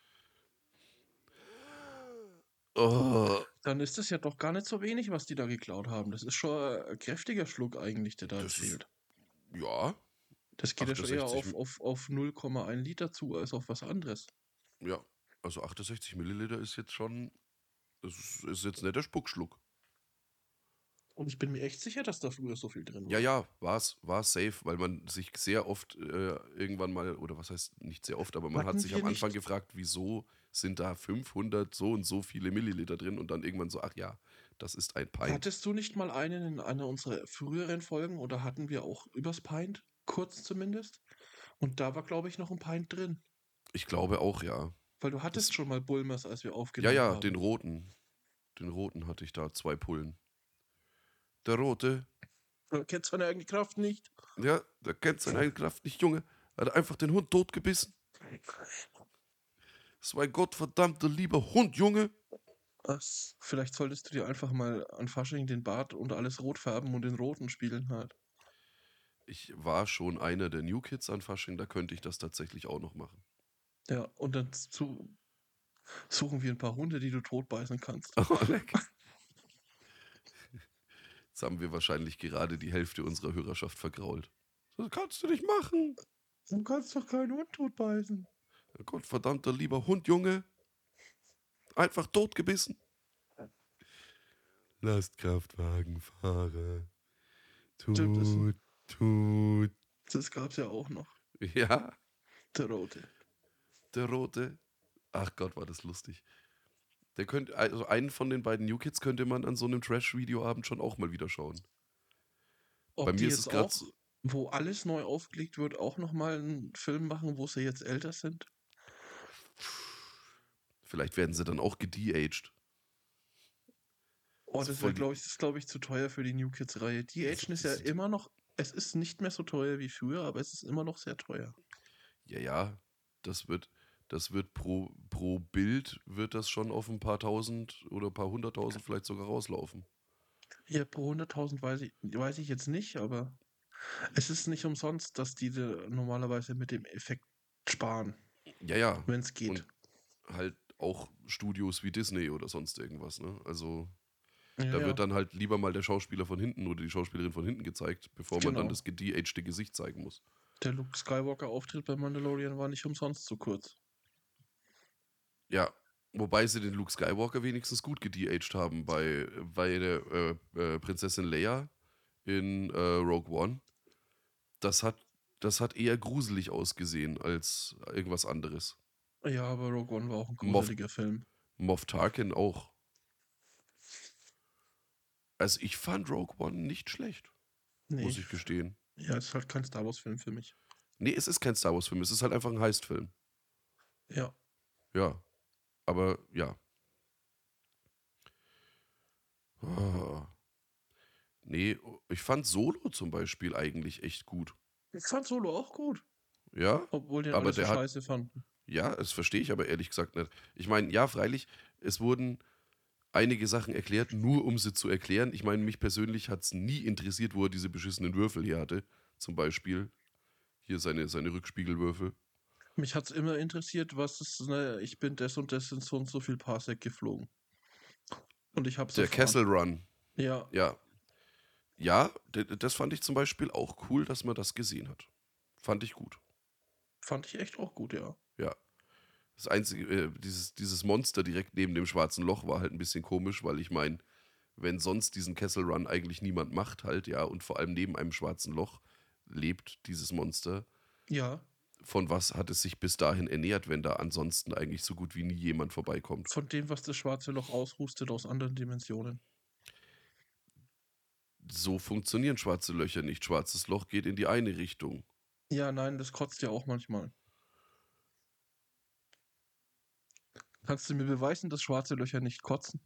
Oh, Dann ist es ja doch gar nicht so wenig, was die da geklaut haben. Das ist schon ein kräftiger Schluck eigentlich, der da das ist, zählt. ja, Das geht ja schon eher 68, auf 0,1 Liter zu, als auf was anderes. ja, also 68 Milliliter ist jetzt schon, das ist jetzt nicht der Spuckschluck. Und ich bin mir echt sicher, dass da früher so viel drin Ja, war. ja, war's safe, weil man sich sehr oft irgendwann mal, oder was heißt nicht sehr oft, aber man hat Hatten sich am wir Anfang nicht, gefragt, wieso sind da 500 so und so viele Milliliter drin und dann irgendwann so, ach ja, das ist ein Pint. hattest du nicht mal einen in einer unserer früheren Folgen oder hatten wir auch übers Pint? Kurz zumindest. Und da war, glaube ich, noch ein Pint drin. Ich glaube auch, ja. Weil du hattest Das, schon mal Bulmers, als wir ja, aufgenommen ja, haben. den roten hatte ich da, 2 Pullen. Der rote, Er kennt seine eigene Kraft nicht. ja, der kennt seine eigene Kraft nicht, Junge. Hat einfach den Hund totgebissen. Das war ein gottverdammter lieber Hund, Junge. Vielleicht solltest du dir einfach mal an Fasching den Bart und alles rot färben und den roten spielen halt. Ich war schon einer der New Kids an Fasching, da könnte ich das tatsächlich auch noch machen. Ja, und dann suchen wir ein paar Hunde, die du totbeißen kannst. Oh, leck. Jetzt haben wir wahrscheinlich gerade die Hälfte unserer Hörerschaft vergrault. Das kannst du nicht machen. Du kannst doch keinen Hund totbeißen. Gottverdammter lieber Hund, Junge. Einfach totgebissen. Lastkraftwagenfahrer. Stimmt, Tut. das gab's ja auch noch. Ja, Der rote. der Rote. Ach Gott, war das lustig. Der könnte, also einen von den beiden New Kids könnte man an so einem Trash-Videoabend schon auch mal wieder schauen. Bei Ob die mir ist es jetzt gerade auch, wo alles neu aufgelegt wird, auch nochmal einen Film machen, wo sie jetzt älter sind? vielleicht werden sie dann auch gede-aged. Oh, Das ist das wäre, voll die, glaube ich, zu teuer für die New Kids-Reihe. Die das, Agen ist ja das, immer noch, es ist nicht mehr so teuer wie früher, aber es ist immer noch sehr teuer. ja, ja, das wird, das wird pro Bild wird das schon auf ein paar tausend oder ein paar hunderttausend vielleicht sogar rauslaufen. Ja, pro 100.000 weiß ich jetzt nicht, aber es ist nicht umsonst, dass die normalerweise mit dem Effekt sparen, Ja, ja. wenn es geht. Und halt auch Studios wie Disney oder sonst irgendwas, ne? Also Ja, da wird ja, dann halt lieber mal der Schauspieler von hinten oder die Schauspielerin von hinten gezeigt, bevor man dann genau. das gede-agte Gesicht zeigen muss. Der Luke Skywalker-Auftritt bei Mandalorian war nicht umsonst so kurz. Ja, wobei sie den Luke Skywalker wenigstens gut gede-aged haben bei der Prinzessin Leia in Rogue One. Das hat, das hat eher gruselig ausgesehen als irgendwas anderes. Ja, aber Rogue One war auch ein Moff, gruseliger Film. Moff Tarkin auch. Also ich fand Rogue One nicht schlecht, Nee, muss ich gestehen. ja, es ist halt kein Star Wars-Film für mich. Nee, es ist kein Star Wars-Film, es ist halt einfach ein Heist-Film. Ja. Ja, aber ja. Ah. Nee, ich fand Solo zum Beispiel eigentlich echt gut. Ich fand Solo auch gut, Ja, obwohl den aber alle so der hat, scheiße fanden. ja, das verstehe ich aber ehrlich gesagt nicht. Ich meine, ja, freilich, es wurden einige Sachen erklärt, nur um sie zu erklären. Ich meine, mich persönlich hat es nie interessiert, wo er diese beschissenen Würfel hier hatte. Zum Beispiel hier seine Rückspiegelwürfel. Mich hat's immer interessiert, was ist, ne, ich bin das und das in so und so viel Parsec geflogen. Und ich hab's Der erfahren. Castle Run, Ja, ja. Ja, das fand ich zum Beispiel auch cool, dass man das gesehen hat. Fand ich gut. fand ich echt auch gut, ja. Ja. Das einzige, dieses Monster direkt neben dem schwarzen Loch war halt ein bisschen komisch, weil ich meine, wenn sonst diesen Castle Run eigentlich niemand macht, halt, ja, und vor allem neben einem schwarzen Loch lebt dieses Monster, Ja, von was hat es sich bis dahin ernährt, wenn da ansonsten eigentlich so gut wie nie jemand vorbeikommt? von dem, was das schwarze Loch aushustet aus anderen Dimensionen. So funktionieren schwarze Löcher nicht. Schwarzes Loch geht in die eine Richtung. Ja, nein, das kotzt ja auch manchmal. Kannst du mir beweisen, dass schwarze Löcher nicht kotzen?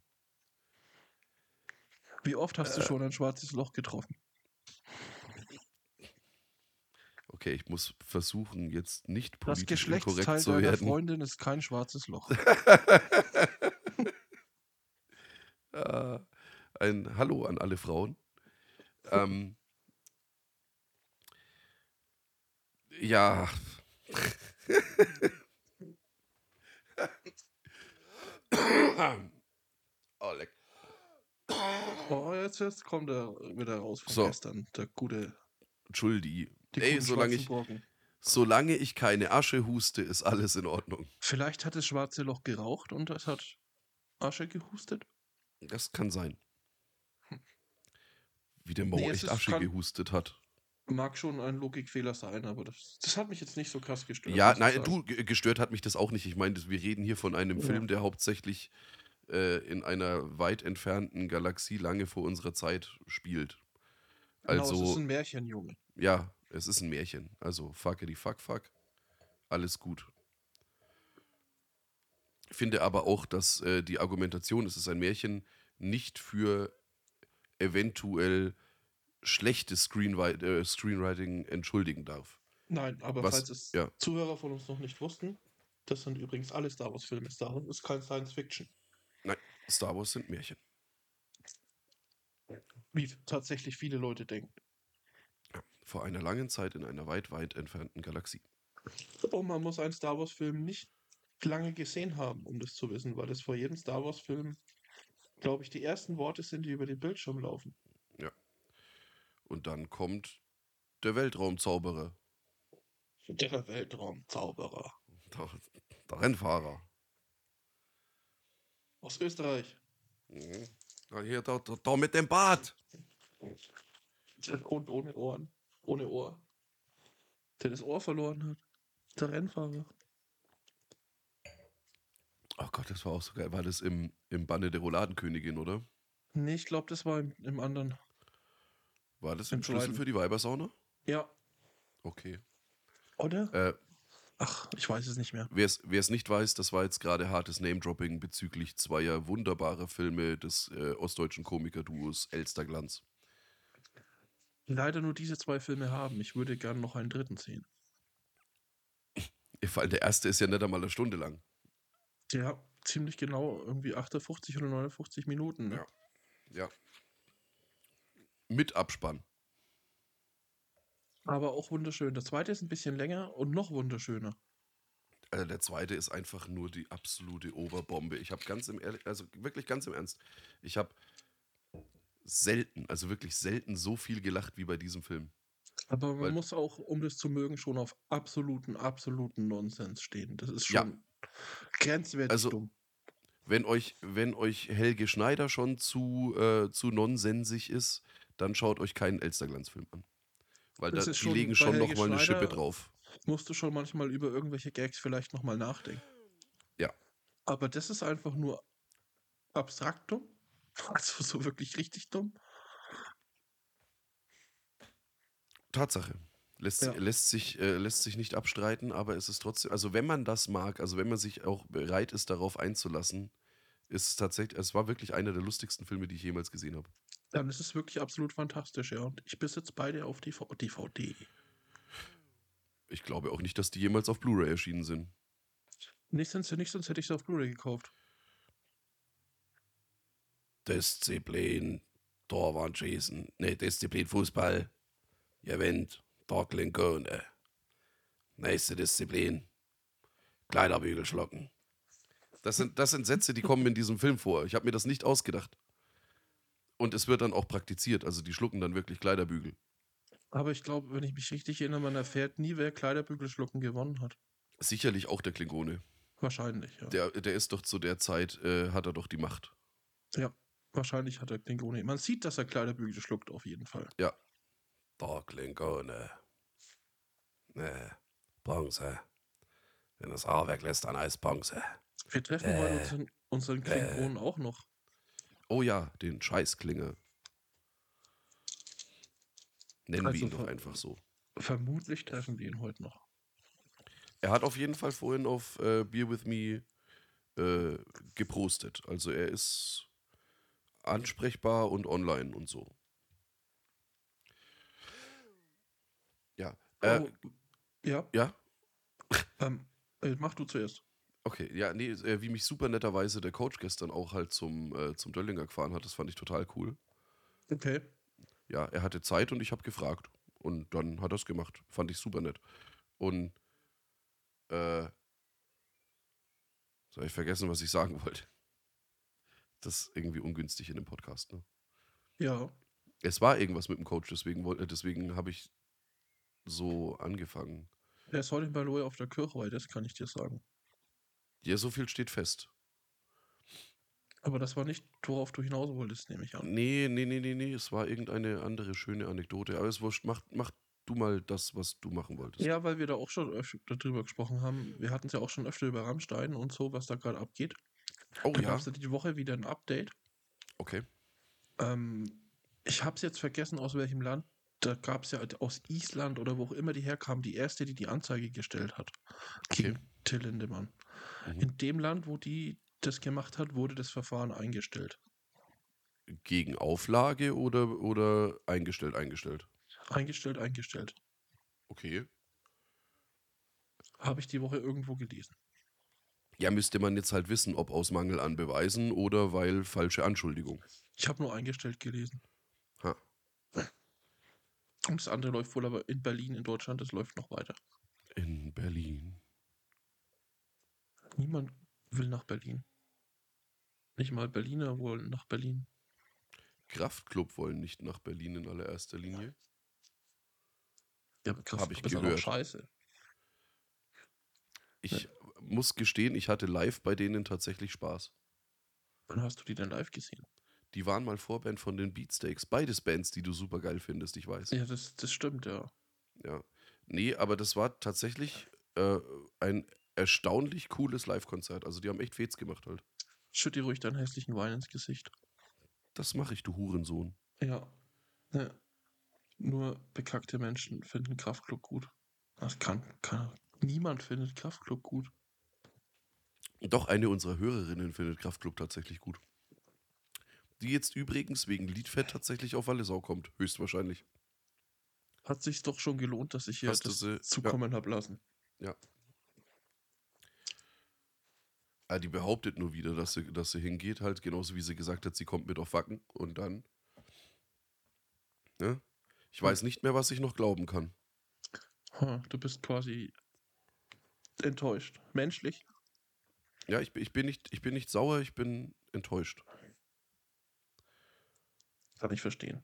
Wie oft hast du Äh, schon ein schwarzes Loch getroffen? okay, ich muss versuchen, jetzt nicht Das politisch inkorrekt Geschlechtsteil zu deiner werden. Freundin ist kein schwarzes Loch. Äh, ein Hallo an alle Frauen. Ähm, ja. Oh, leck. Oh, jetzt kommt er wieder raus von So, gestern. Entschuldi. Die Ey, guten schwarzen Brocken. solange ich keine Asche huste, ist alles in Ordnung. Vielleicht hat das schwarze Loch geraucht und es hat Asche gehustet. Das kann sein. Wie der Nee, Mo es echt ist, Asche gehustet hat. mag schon ein Logikfehler sein, aber das hat mich jetzt nicht so krass gestört, Ja, muss ich nein, sagen. gestört hat mich das auch nicht. Ich meine, wir reden hier von einem Ja. Film, der hauptsächlich in einer weit entfernten Galaxie lange vor unserer Zeit spielt. Genau, es ist Also, ein Märchen, Junge. ja, es ist ein Märchen. Also, fuckity fuck fuck. Alles gut. Finde aber auch, dass die Argumentation, es ist ein Märchen, nicht für eventuell schlechtes Screenwriting entschuldigen darf. Nein, aber Was, falls es ja, Zuhörer von uns noch nicht wussten, das sind übrigens alle Star Wars-Filme. Star Wars ist kein Science Fiction, nein, Star Wars sind Märchen. wie tatsächlich viele Leute denken. Vor einer langen Zeit in einer weit, weit entfernten Galaxie. Und man muss einen Star Wars-Film nicht lange gesehen haben, um das zu wissen, weil es vor jedem Star Wars-Film, glaube ich, die ersten Worte sind, die über den Bildschirm laufen. Ja. Und dann kommt der Weltraumzauberer, Der Weltraumzauberer der, der Rennfahrer. aus Österreich. Mhm. Ja, hier, da mit dem Bart. Und ohne Ohren. Ohne Ohr. Der das Ohr verloren hat. Der Rennfahrer. Oh Gott, das war auch so geil. War das im Banne der Rouladenkönigin, oder? Nee, ich glaube, das war im anderen. War das Im im Schlüssel zweiten. für die Weibersauna? Ja. Okay. Oder? Äh, Ach, ich weiß es nicht mehr. Wer es nicht weiß, das war jetzt gerade hartes Name-Dropping bezüglich zweier wunderbarer Filme des ostdeutschen Komikerduos Elsterglanz. Leider nur diese zwei Filme haben. Ich würde gern noch einen dritten sehen. Vor allem der erste ist ja nicht einmal eine Stunde lang. Ja, ziemlich genau. Irgendwie 58 oder 59 Minuten, ne? Ja. Ja. Mit Abspann. Aber auch wunderschön. Der zweite ist ein bisschen länger und noch wunderschöner. Der zweite ist einfach nur die absolute Oberbombe. Ich habe also wirklich ganz im Ernst, ich habe selten, also wirklich selten so viel gelacht wie bei diesem Film. Aber man Weil, muss auch, um das zu mögen, schon auf absoluten Nonsens stehen. Das ist ja, schon grenzwertig also dumm. wenn euch Helge Schneider schon zu nonsensig ist, dann schaut euch keinen Elsterglanz-Film an. Weil Es ist die legen schon, bei schon Helge nochmal eine Schippe Schneider drauf. musst du schon manchmal über irgendwelche Gags vielleicht nochmal nachdenken. Ja, Aber das ist einfach nur abstrakt dumm. Also so wirklich richtig dumm. Tatsache. Ja. Lässt sich nicht abstreiten, aber es ist trotzdem, also wenn man das mag, also wenn man sich auch bereit ist, darauf einzulassen, ist es tatsächlich, es war wirklich einer der lustigsten Filme, die ich jemals gesehen habe. Dann ist es wirklich absolut fantastisch, ja. Und ich besitze beide auf DVD. Ich glaube auch nicht, dass die jemals auf Blu-ray erschienen sind. Nicht, sonst hätte ich sie auf Blu-ray gekauft. Disziplin, Torwart schießen, ne, Disziplin Fußball, gewinnt, Torklinkone. Nächste Disziplin, Kleiderbügel schlucken. Das sind Sätze, die kommen in diesem Film vor. Ich habe mir das nicht ausgedacht. Und es wird dann auch praktiziert. Also die schlucken dann wirklich Kleiderbügel. Aber ich glaube, wenn ich mich richtig erinnere, man erfährt nie, wer Kleiderbügelschlucken gewonnen hat. Sicherlich auch der Klingone. Wahrscheinlich, ja. Der ist doch zu der Zeit, hat er doch die Macht. Ja, wahrscheinlich hat er Klingone. Man sieht, dass er Kleiderbügel schluckt, auf jeden Fall. Ja. Der Klingone. Ne, Bronze. Wenn das Haar weglässt, dann heißt Bronze. Wir treffen heute unseren Klingonen auch noch. Oh ja, den Scheißklinge. Nennen wir Also ihn doch einfach so. vermutlich treffen wir ihn heute noch. Er hat auf jeden Fall vorhin auf Beer With Me gepostet. Also er ist ansprechbar und online und so. Ja. Oh, ja, Ja? ähm, mach du zuerst. Okay, ja, nee, wie mich super netterweise der Coach gestern auch halt zum Döllinger gefahren hat, das fand ich total cool. Okay. Ja, er hatte Zeit und ich habe gefragt. Und dann hat er es gemacht. Fand ich super nett. Und, jetzt habe ich vergessen, was ich sagen wollte. Das ist irgendwie ungünstig in dem Podcast, ne? Ja. Es war irgendwas mit dem Coach, deswegen habe ich so angefangen. Er ist heute in Baloy auf der Kirchweih, das kann ich dir sagen. Ja, so viel steht fest. Aber das war nicht, worauf du hinaus wolltest, nehme ich an. Nee, es war irgendeine andere schöne Anekdote. Aber es wurscht, mach du mal das, was du machen wolltest. Ja, weil wir da auch schon darüber gesprochen haben. Wir hatten es ja auch schon öfter über Rammstein und so, was da gerade abgeht. Oh Da gab es ja, ja die Woche wieder ein Update. okay. Ich habe es jetzt vergessen, aus welchem Land. Da gab es ja aus Island oder wo auch immer die herkamen, die erste, die die Anzeige gestellt hat Okay. gegen Till Lindemann. Mhm. In dem Land, wo die das gemacht hat, wurde das Verfahren eingestellt. Gegen Auflage oder eingestellt? Eingestellt. Okay. Habe ich die Woche irgendwo gelesen. Ja, müsste man jetzt halt wissen, ob aus Mangel an Beweisen oder weil falsche Anschuldigung. Ich habe nur eingestellt gelesen. Ha. Und das andere läuft wohl aber in Berlin, in Deutschland, das läuft noch weiter. In Berlin. Niemand will nach Berlin. Nicht mal Berliner wollen nach Berlin. Kraftklub wollen nicht nach Berlin in allererster Linie. Ja, aber Habe ich Kraftklub ist halt auch gehört. scheiße. Ich muss gestehen, ich hatte live bei denen tatsächlich Spaß. Wann hast du die denn live gesehen? Die waren mal Vorband von den Beatsteaks. Beides Bands, die du super geil findest, ich weiß. Ja, das stimmt, ja. Ja. Nee, aber das war tatsächlich ein erstaunlich cooles Live-Konzert. Also die haben echt Fets gemacht halt. Schütt dir ruhig deinen hässlichen Wein ins Gesicht. Das mache ich, du Hurensohn. Ja. Ja. Nur bekackte Menschen finden Kraftklub gut. Das kann. Niemand findet Kraftklub gut. Doch eine unserer Hörerinnen findet Kraftklub tatsächlich gut. Die jetzt übrigens wegen Liedfett tatsächlich auf Wallisau kommt, höchstwahrscheinlich. Hat sich's doch schon gelohnt, dass ich hier Hast du das sie? Ja, zukommen habe lassen. ja. Die behauptet nur wieder, dass sie hingeht, halt, genauso wie sie gesagt hat, sie kommt mit auf Wacken und dann. Ne? Ich weiß nicht mehr, was ich noch glauben kann. Du bist quasi enttäuscht. Menschlich? Ja, ich bin nicht sauer, ich bin enttäuscht. Kann ich verstehen.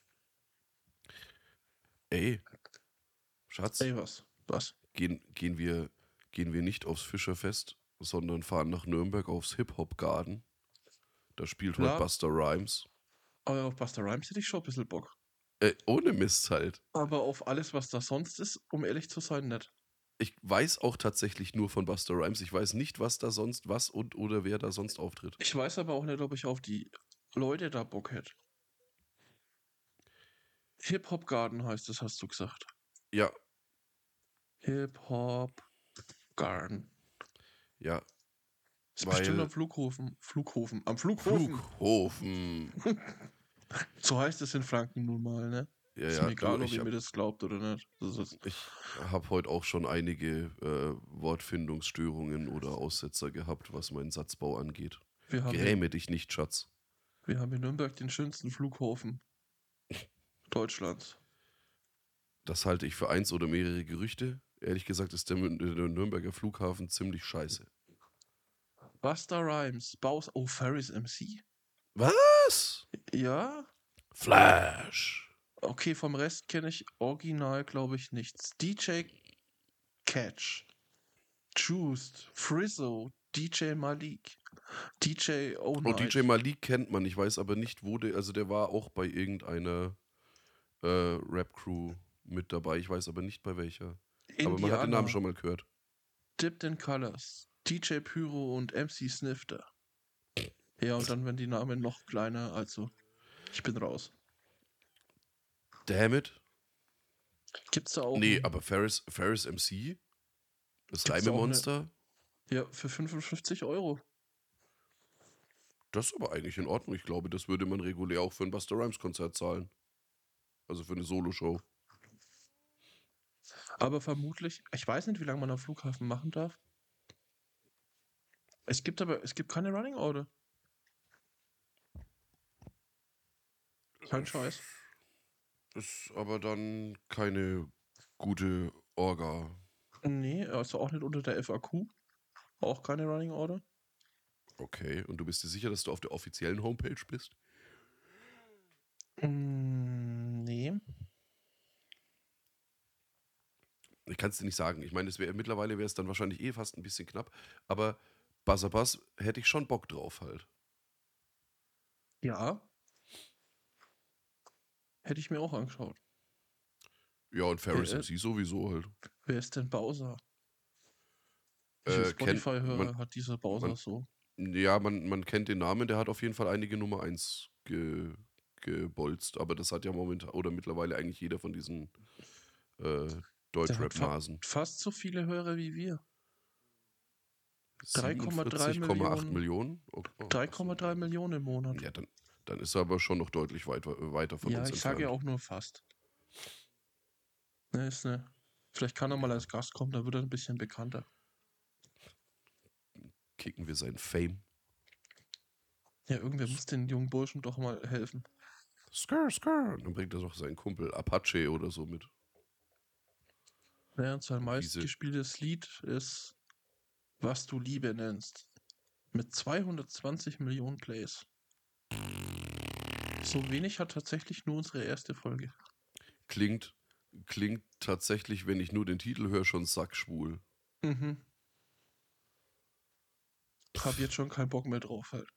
Ey, Schatz, Ey, was? Was? gehen wir nicht aufs Fischerfest, sondern fahren nach Nürnberg aufs Hip-Hop-Garden. Da spielt heute Klar, Busta Rhymes. aber auf Busta Rhymes hätte ich schon ein bisschen Bock. Ohne Mist halt. Aber auf alles, was da sonst ist, um ehrlich zu sein, nicht. Ich weiß auch tatsächlich nur von Busta Rhymes. Ich weiß nicht, was da sonst, was und oder wer da sonst auftritt. Ich weiß aber auch nicht, ob ich auf die Leute da Bock hätte. Hip-Hop Garden heißt es, hast du gesagt. Ja, Hip-Hop Garden. ja, Ist bestimmt weil am Flughofen. Am Flughofen! Flughofen. So heißt es in Franken nun mal, ne? Ja, Ist ja, mir egal, du, ob ihr mir das glaubt oder nicht. ich habe heute auch schon einige Wortfindungsstörungen oder Aussetzer gehabt, was meinen Satzbau angeht. Wir haben, Gräme dich nicht, Schatz. wir haben in Nürnberg den schönsten Flughafen Deutschlands. Das halte ich für eins oder mehrere Gerüchte. Ehrlich gesagt ist der Nürnberger Flughafen ziemlich scheiße. Busta Rhymes, Oh, Ferris MC? Was? Ja? Flash. Okay, vom Rest kenne ich original, glaube ich, nichts. DJ Catch, Juiced, Frizzo, DJ Malik, DJ Oh Oh, Night, DJ Malik kennt man. Ich weiß aber nicht, wo der. Also, der war auch bei irgendeiner Rap-Crew mit dabei. Ich weiß aber nicht bei welcher. Aber man hat den Namen Indiana, schon mal gehört. Dipped in Colors, DJ Pyro und MC Snifter. Ja, und dann werden die Namen noch kleiner, also ich bin raus. Damn it. Gibt's da auch Nee, aber Ferris MC? Das gibt's da auch Reimemonster? ja, für 55 Euro. Das ist aber eigentlich in Ordnung. Ich glaube, das würde man regulär auch für ein Busta Rhymes Konzert zahlen. Also für eine Soloshow. Aber vermutlich, ich weiß nicht, wie lange man am Flughafen machen darf. Es gibt keine Running Order. Kein Scheiß. Ist aber dann keine gute Orga. Nee, also auch nicht unter der FAQ. Auch keine Running Order. Okay, und du bist dir sicher, dass du auf der offiziellen Homepage bist? Nee. Ich kann es dir nicht sagen. Ich meine, mittlerweile wäre es dann wahrscheinlich fast ein bisschen knapp. Aber Buzzer Buzz hätte ich schon Bock drauf halt. Ja, hätte ich mir auch angeschaut. Ja, und Ferris Wer, MC sowieso halt. wer ist denn Bowser? Wie viele Kennt man, Spotify-Hörer hat dieser Bowser man, so? ja, man kennt den Namen, der hat auf jeden Fall einige Nummer 1 gebolzt, aber das hat ja momentan oder mittlerweile eigentlich jeder von diesen äh, Der hat Deutschrap-Nasen. fast so viele Hörer wie wir. 3,3 47,8 Millionen, Millionen? Oh, oh, achso, 3,3 Millionen im Monat. ja, dann ist er aber schon noch deutlich weiter von Ja, uns ich sage ja entfernt. auch nur fast. Ne, ist ne. Vielleicht kann er mal Ja, als Gast kommen, da wird er ein bisschen bekannter. kicken wir seinen Fame. Ja, irgendwer muss den jungen Burschen doch mal helfen. Skr. Und dann bringt er doch seinen Kumpel Apache oder so mit. Ja, und sein Diese meistgespieltes Lied ist Was du Liebe nennst. Mit 220 Millionen Plays. So wenig hat tatsächlich nur unsere erste Folge. klingt, klingt tatsächlich, wenn ich nur den Titel höre, schon sackschwul. Mhm. Hab jetzt schon keinen Bock mehr drauf halt.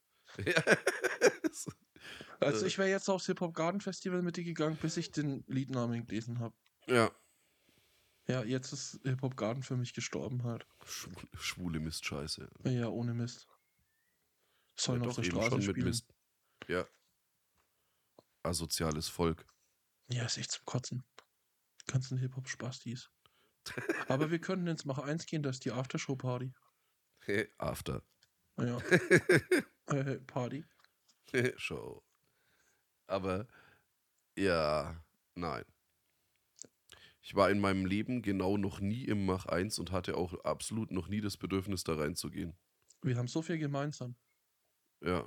Also Äh, ich wäre jetzt aufs Hip-Hop Garden Festival mit dir gegangen, bis ich den Liednamen gelesen habe. ja, Ja, jetzt ist Hip-Hop Garden für mich gestorben halt. schwule Mistscheiße. Ja, ohne Mist. Ja, Sollen auf doch, der eben Straße schon mit spielen. Mist. Ja, asoziales Volk. Ja, ist echt zum Kotzen. Ganzen Hip-Hop-Spastis. Aber wir können ins Mach 1 gehen, das ist die Aftershow-Party. After. Ja, Party. Show. Aber ja, nein. Ich war in meinem Leben genau noch nie im Mach 1 und hatte auch absolut noch nie das Bedürfnis, da reinzugehen. Wir haben so viel gemeinsam. Ja.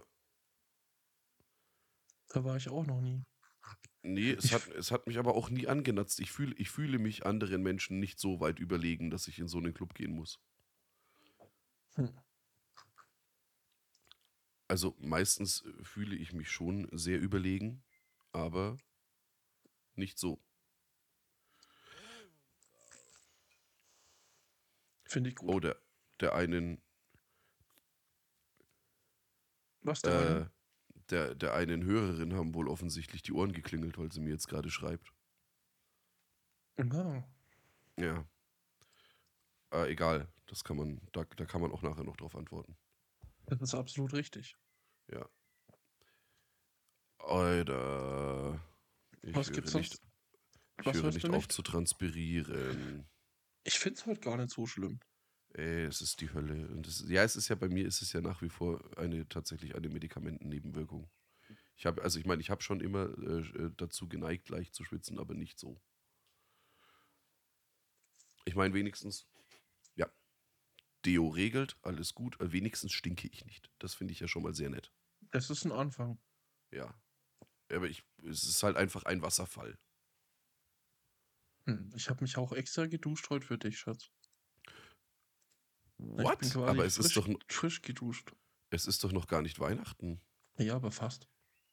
Da war ich auch noch nie. Nee, Ich, es hat mich aber auch nie angenatzt. Ich fühle mich anderen Menschen nicht so weit überlegen, dass ich in so einen Club gehen muss. hm, Also meistens fühle ich mich schon sehr überlegen, aber nicht so. Finde ich gut. Oh, der einen, Was der äh, einen? der einen Hörerin haben wohl offensichtlich die Ohren geklingelt, weil sie mir jetzt gerade schreibt. Ja, Ja, egal. Da kann man auch nachher noch drauf antworten. das ist absolut richtig. Ja. Alter. Ich Was gibt's höre nicht, sonst? ich Was höre hörst du nicht auf nicht? zu transpirieren. Ich find's heute gar nicht so schlimm. Ey, es ist die Hölle. Und ja, es ist ja bei mir, ist es ja nach wie vor tatsächlich eine Medikamentennebenwirkung. Ich habe schon immer dazu geneigt, leicht zu schwitzen, aber nicht so. Ich meine, wenigstens, ja, Deo regelt, alles gut, wenigstens stinke ich nicht. Das finde ich ja schon mal sehr nett. Es ist ein Anfang. Ja. Aber es ist halt einfach ein Wasserfall. Ich habe mich auch extra geduscht heute für dich, Schatz. Ich bin What? quasi Aber frisch geduscht. es ist doch noch gar nicht Weihnachten. Ja, aber fast.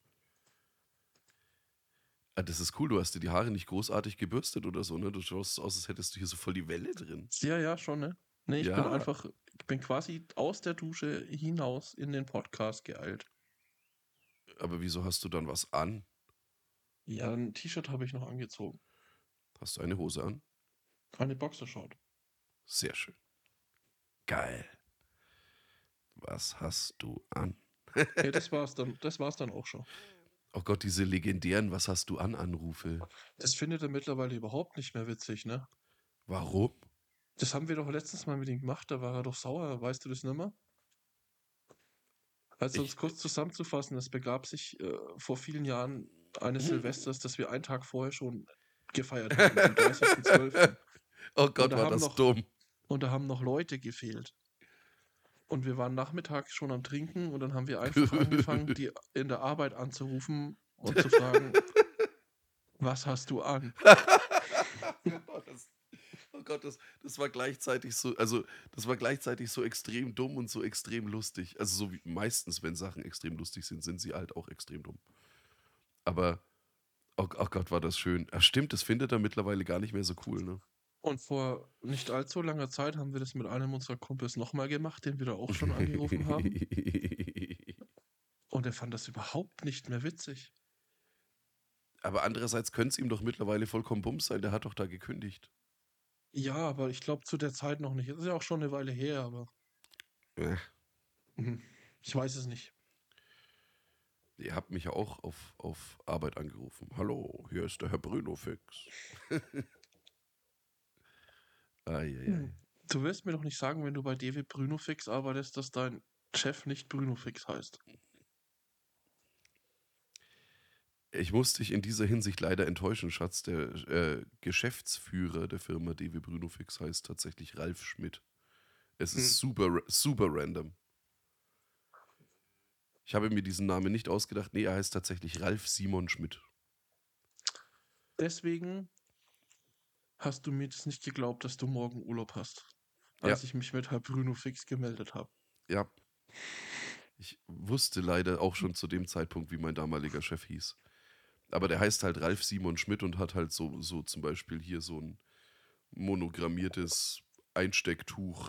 Ah, das ist cool, du hast dir die Haare nicht großartig gebürstet oder so, ne? Du schaust aus, als hättest du hier so voll die Welle drin. Ja, ja, schon, ne? Nee, Ja, ich bin quasi aus der Dusche hinaus in den Podcast geeilt. aber wieso hast du dann was an? Ja, ein T-Shirt habe ich noch angezogen. Hast du eine Hose an? Eine Boxershort. Sehr schön. Geil. Was hast du an? Ja, das war's dann auch schon. Oh Gott, diese legendären Was hast du an Anrufe. Das findet er mittlerweile überhaupt nicht mehr witzig, ne? Warum? Das haben wir doch letztens mal mit ihm gemacht, da war er doch sauer, weißt du das nicht mehr? Also, um es Ich. kurz zusammenzufassen, es begab sich vor vielen Jahren eines Silvesters, das wir einen Tag vorher schon gefeiert haben, am 30.12. Oh Und Gott, da war haben das noch, dumm. und da haben noch Leute gefehlt. Und wir waren nachmittags schon am Trinken und dann haben wir einfach angefangen, die in der Arbeit anzurufen und zu fragen, was hast du an? Oh, oh Gott, das war gleichzeitig so, also das war gleichzeitig so extrem dumm und so extrem lustig. Also so wie meistens, wenn Sachen extrem lustig sind, sind sie halt auch extrem dumm. Aber, oh Gott, war das schön. Ach stimmt, das findet er mittlerweile gar nicht mehr so cool, ne? Und vor nicht allzu langer Zeit haben wir das mit einem unserer Kumpels nochmal gemacht, den wir da auch schon angerufen haben. Und und er fand das überhaupt nicht mehr witzig. Aber andererseits könnte es ihm doch mittlerweile vollkommen Bums sein, der hat doch da gekündigt. Ja, aber ich glaube zu der Zeit noch nicht. Das ist ja auch schon eine Weile her, aber Äh, mhm. Ich weiß es nicht. Ihr habt mich ja auch auf Arbeit angerufen. Hallo, hier ist der Herr Bruno Fix. Eieiei. Du wirst mir doch nicht sagen, wenn du bei David Brunofix arbeitest, dass dein Chef nicht Brunofix heißt. Ich muss dich in dieser Hinsicht leider enttäuschen, Schatz. Der Geschäftsführer der Firma DW Brunofix heißt tatsächlich Ralf Schmidt. Es ist super, super random. Ich habe mir diesen Namen nicht ausgedacht. Nee, er heißt tatsächlich Ralf Simon Schmidt. Deswegen hast du mir das nicht geglaubt, dass du morgen Urlaub hast, Ja, als ich mich mit Herr Brunofix gemeldet habe. ja. Ich wusste leider auch schon zu dem Zeitpunkt, wie mein damaliger Chef hieß. Aber der heißt halt Ralf Simon Schmidt und hat halt so zum Beispiel hier so ein monogrammiertes Einstecktuch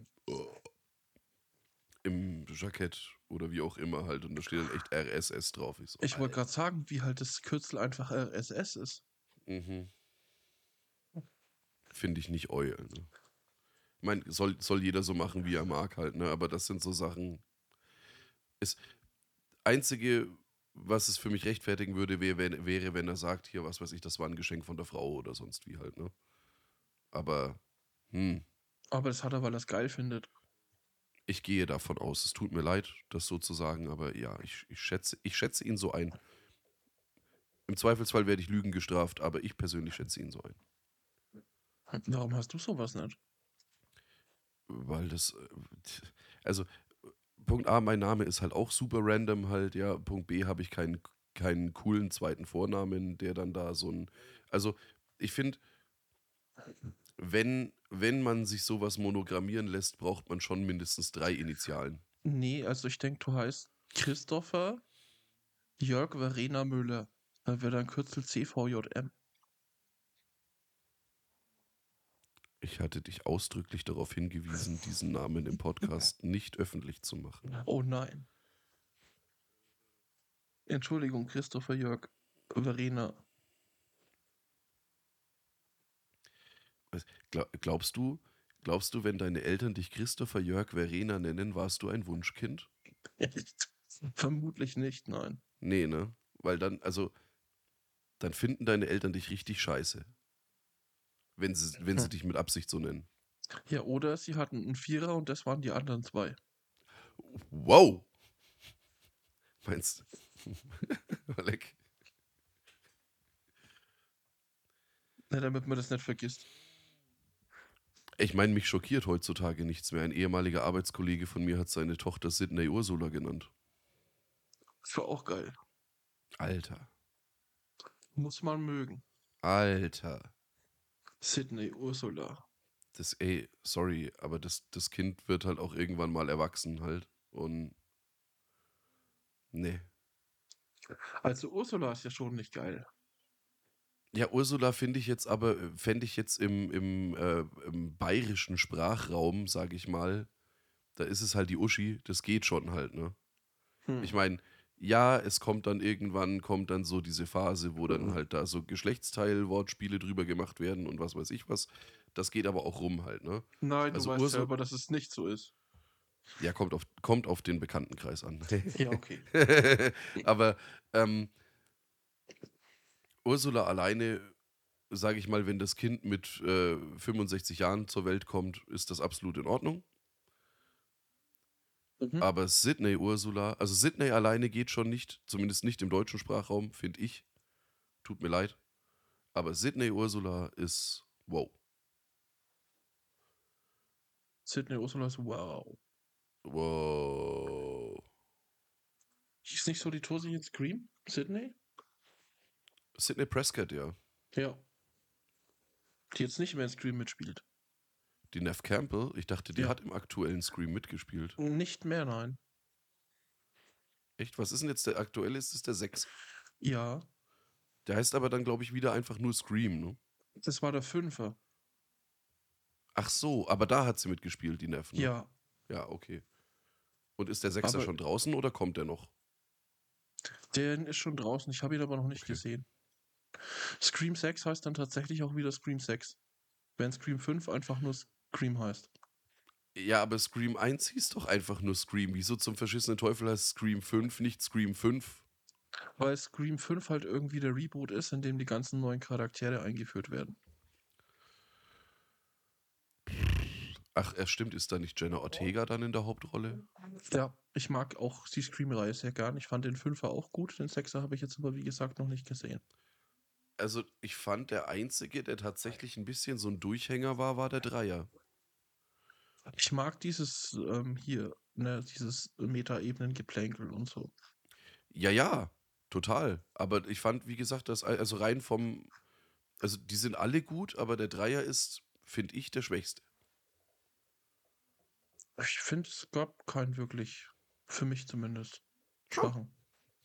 im Jackett oder wie auch immer halt. Und da steht dann echt RSS drauf. Ich so, Ich wollte gerade Alter. sagen, wie halt das Kürzel einfach RSS ist. Mhm. Finde ich nicht Euer. Ne? Ich meine, soll jeder so machen, wie er mag halt, ne? Aber das sind so Sachen. Das Einzige, was es für mich rechtfertigen würde, wäre, wenn er sagt, hier, was weiß ich, das war ein Geschenk von der Frau oder sonst wie halt, ne? Aber, Aber das hat er, weil er es geil findet. ich gehe davon aus. Es tut mir leid, das so zu sagen, aber ja, ich schätze ihn so ein. Im Zweifelsfall werde ich Lügen gestraft, aber ich persönlich schätze ihn so ein. Warum hast du sowas nicht? Weil also Punkt A, mein Name ist halt auch super random halt, ja. Punkt B, habe ich keinen coolen zweiten Vornamen, der dann da so ein, also ich finde, wenn man sich sowas monogrammieren lässt, braucht man schon mindestens 3 Initialen. Nee, also ich denke, du heißt Christopher Jörg Verena Müller. Da wäre dein Kürzel CVJM. Ich hatte dich ausdrücklich darauf hingewiesen, diesen Namen im Podcast nicht öffentlich zu machen. Oh nein. Entschuldigung, Christopher Jörg Verena. Glaubst du, wenn deine Eltern dich Christopher Jörg Verena nennen, warst du ein Wunschkind? Vermutlich nicht, nein. Nee, ne? Weil dann finden deine Eltern dich richtig scheiße. Wenn sie dich mit Absicht so nennen. Ja, oder sie hatten einen Vierer und das waren die anderen 2. Wow! Meinst du? Leck. Na, damit man das nicht vergisst. Ich meine, mich schockiert heutzutage nichts mehr. Ein ehemaliger Arbeitskollege von mir hat seine Tochter Sydney Ursula genannt. Das war auch geil. Alter. Muss man mögen. Alter. Sydney Ursula. Sorry, aber das Kind wird halt auch irgendwann mal erwachsen halt. Und nee. Also Ursula ist ja schon nicht geil. Ja, Ursula fände ich jetzt im bayerischen Sprachraum, sage ich mal, da ist es halt die Uschi, das geht schon halt, ne? Ich meine, ja, kommt dann so diese Phase, wo dann halt da so Geschlechtsteil-Wortspiele drüber gemacht werden und was weiß ich was. Das geht aber auch rum halt, ne? Nein, du Also weißt selber, dass es nicht so ist. ja, kommt auf den Bekanntenkreis an. Ja, okay. Aber Ursula alleine, sage ich mal, wenn das Kind mit 65 Jahren zur Welt kommt, ist das absolut in Ordnung. Mhm. Aber also Sydney alleine geht schon nicht, zumindest nicht im deutschen Sprachraum, finde ich. Tut mir leid. Aber Sydney Ursula ist wow. Sydney Ursula ist wow. Wow. Hieß nicht so die Tussi in Scream? Sydney? Sydney Prescott, ja. Ja. Die jetzt nicht mehr in Scream mitspielt. Die Neve Campbell, ich dachte, die Ja. hat im aktuellen Scream mitgespielt. Nicht mehr, nein. Echt? Was ist denn jetzt der aktuelle? Ist es der 6? Ja. Der heißt aber dann, glaube ich, wieder einfach nur Scream, ne? Das war der 5er. Ach so, aber da hat sie mitgespielt, die Neve, ne? Ja. Ja, okay. Und ist der 6er Aber schon draußen oder kommt der noch? Der ist schon draußen, ich habe ihn aber noch nicht Okay. gesehen. Scream 6 heißt dann tatsächlich auch wieder Scream 6. Wenn Scream 5 einfach nur Scream heißt. Ja, aber Scream 1 hieß doch einfach nur Scream. Wieso zum verschissenen Teufel heißt Scream 5 nicht Scream 5? Weil Scream 5 halt irgendwie der Reboot ist, in dem die ganzen neuen Charaktere eingeführt werden. Ach, stimmt, ist da nicht Jenna Ortega dann in der Hauptrolle? Ja, ich mag auch die Scream-Reihe sehr gern. Ich fand den Fünfer auch gut, den Sechser habe ich jetzt aber wie gesagt noch nicht gesehen. Also, ich fand, der einzige, der tatsächlich ein bisschen so ein Durchhänger war, war der Dreier. Ich mag dieses hier, ne, dieses Meta-Ebenen-Geplänkel und so. Ja, ja, total. Aber ich fand, wie gesagt, also rein vom, also die sind alle gut, aber der Dreier ist, finde ich, der schwächste. Ich finde, es gab keinen wirklich, für mich zumindest, Oh. schwachen.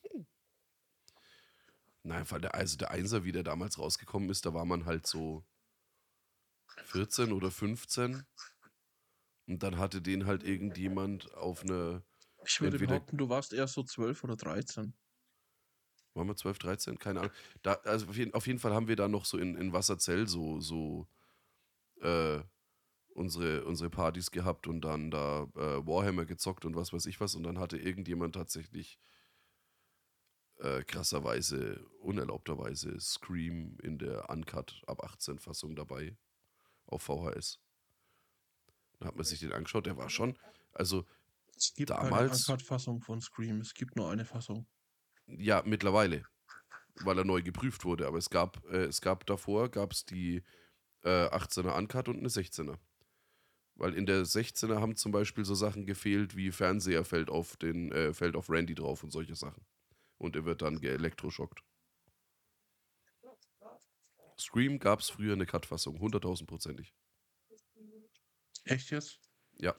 Nein, also der Einser, wie der damals rausgekommen ist, da war man halt so 14 oder 15 und dann hatte den halt irgendjemand auf eine, Ich würde entweder, behaupten, du warst erst so 12 oder 13. waren wir 12, 13, keine Ahnung. Da, also auf jeden Fall haben wir da noch so in Wasserzell so äh, unsere Partys gehabt und dann da Warhammer gezockt und was weiß ich was und dann hatte irgendjemand tatsächlich krasserweise, unerlaubterweise Scream in der Uncut ab 18 Fassung dabei auf VHS. Da hat man sich den angeschaut, der war schon, also Es gibt keine damals, Uncut-Fassung von Scream, es gibt nur eine Fassung. ja, mittlerweile, weil er neu geprüft wurde, aber es gab davor, gab es die 18er Uncut und eine 16er. Weil in der 16er haben zum Beispiel so Sachen gefehlt wie Fernseher fällt auf Randy drauf und solche Sachen. Und er wird dann geelektroschockt. Scream gab es früher eine Cut-Fassung, 100.000%ig. Echt jetzt? Ja.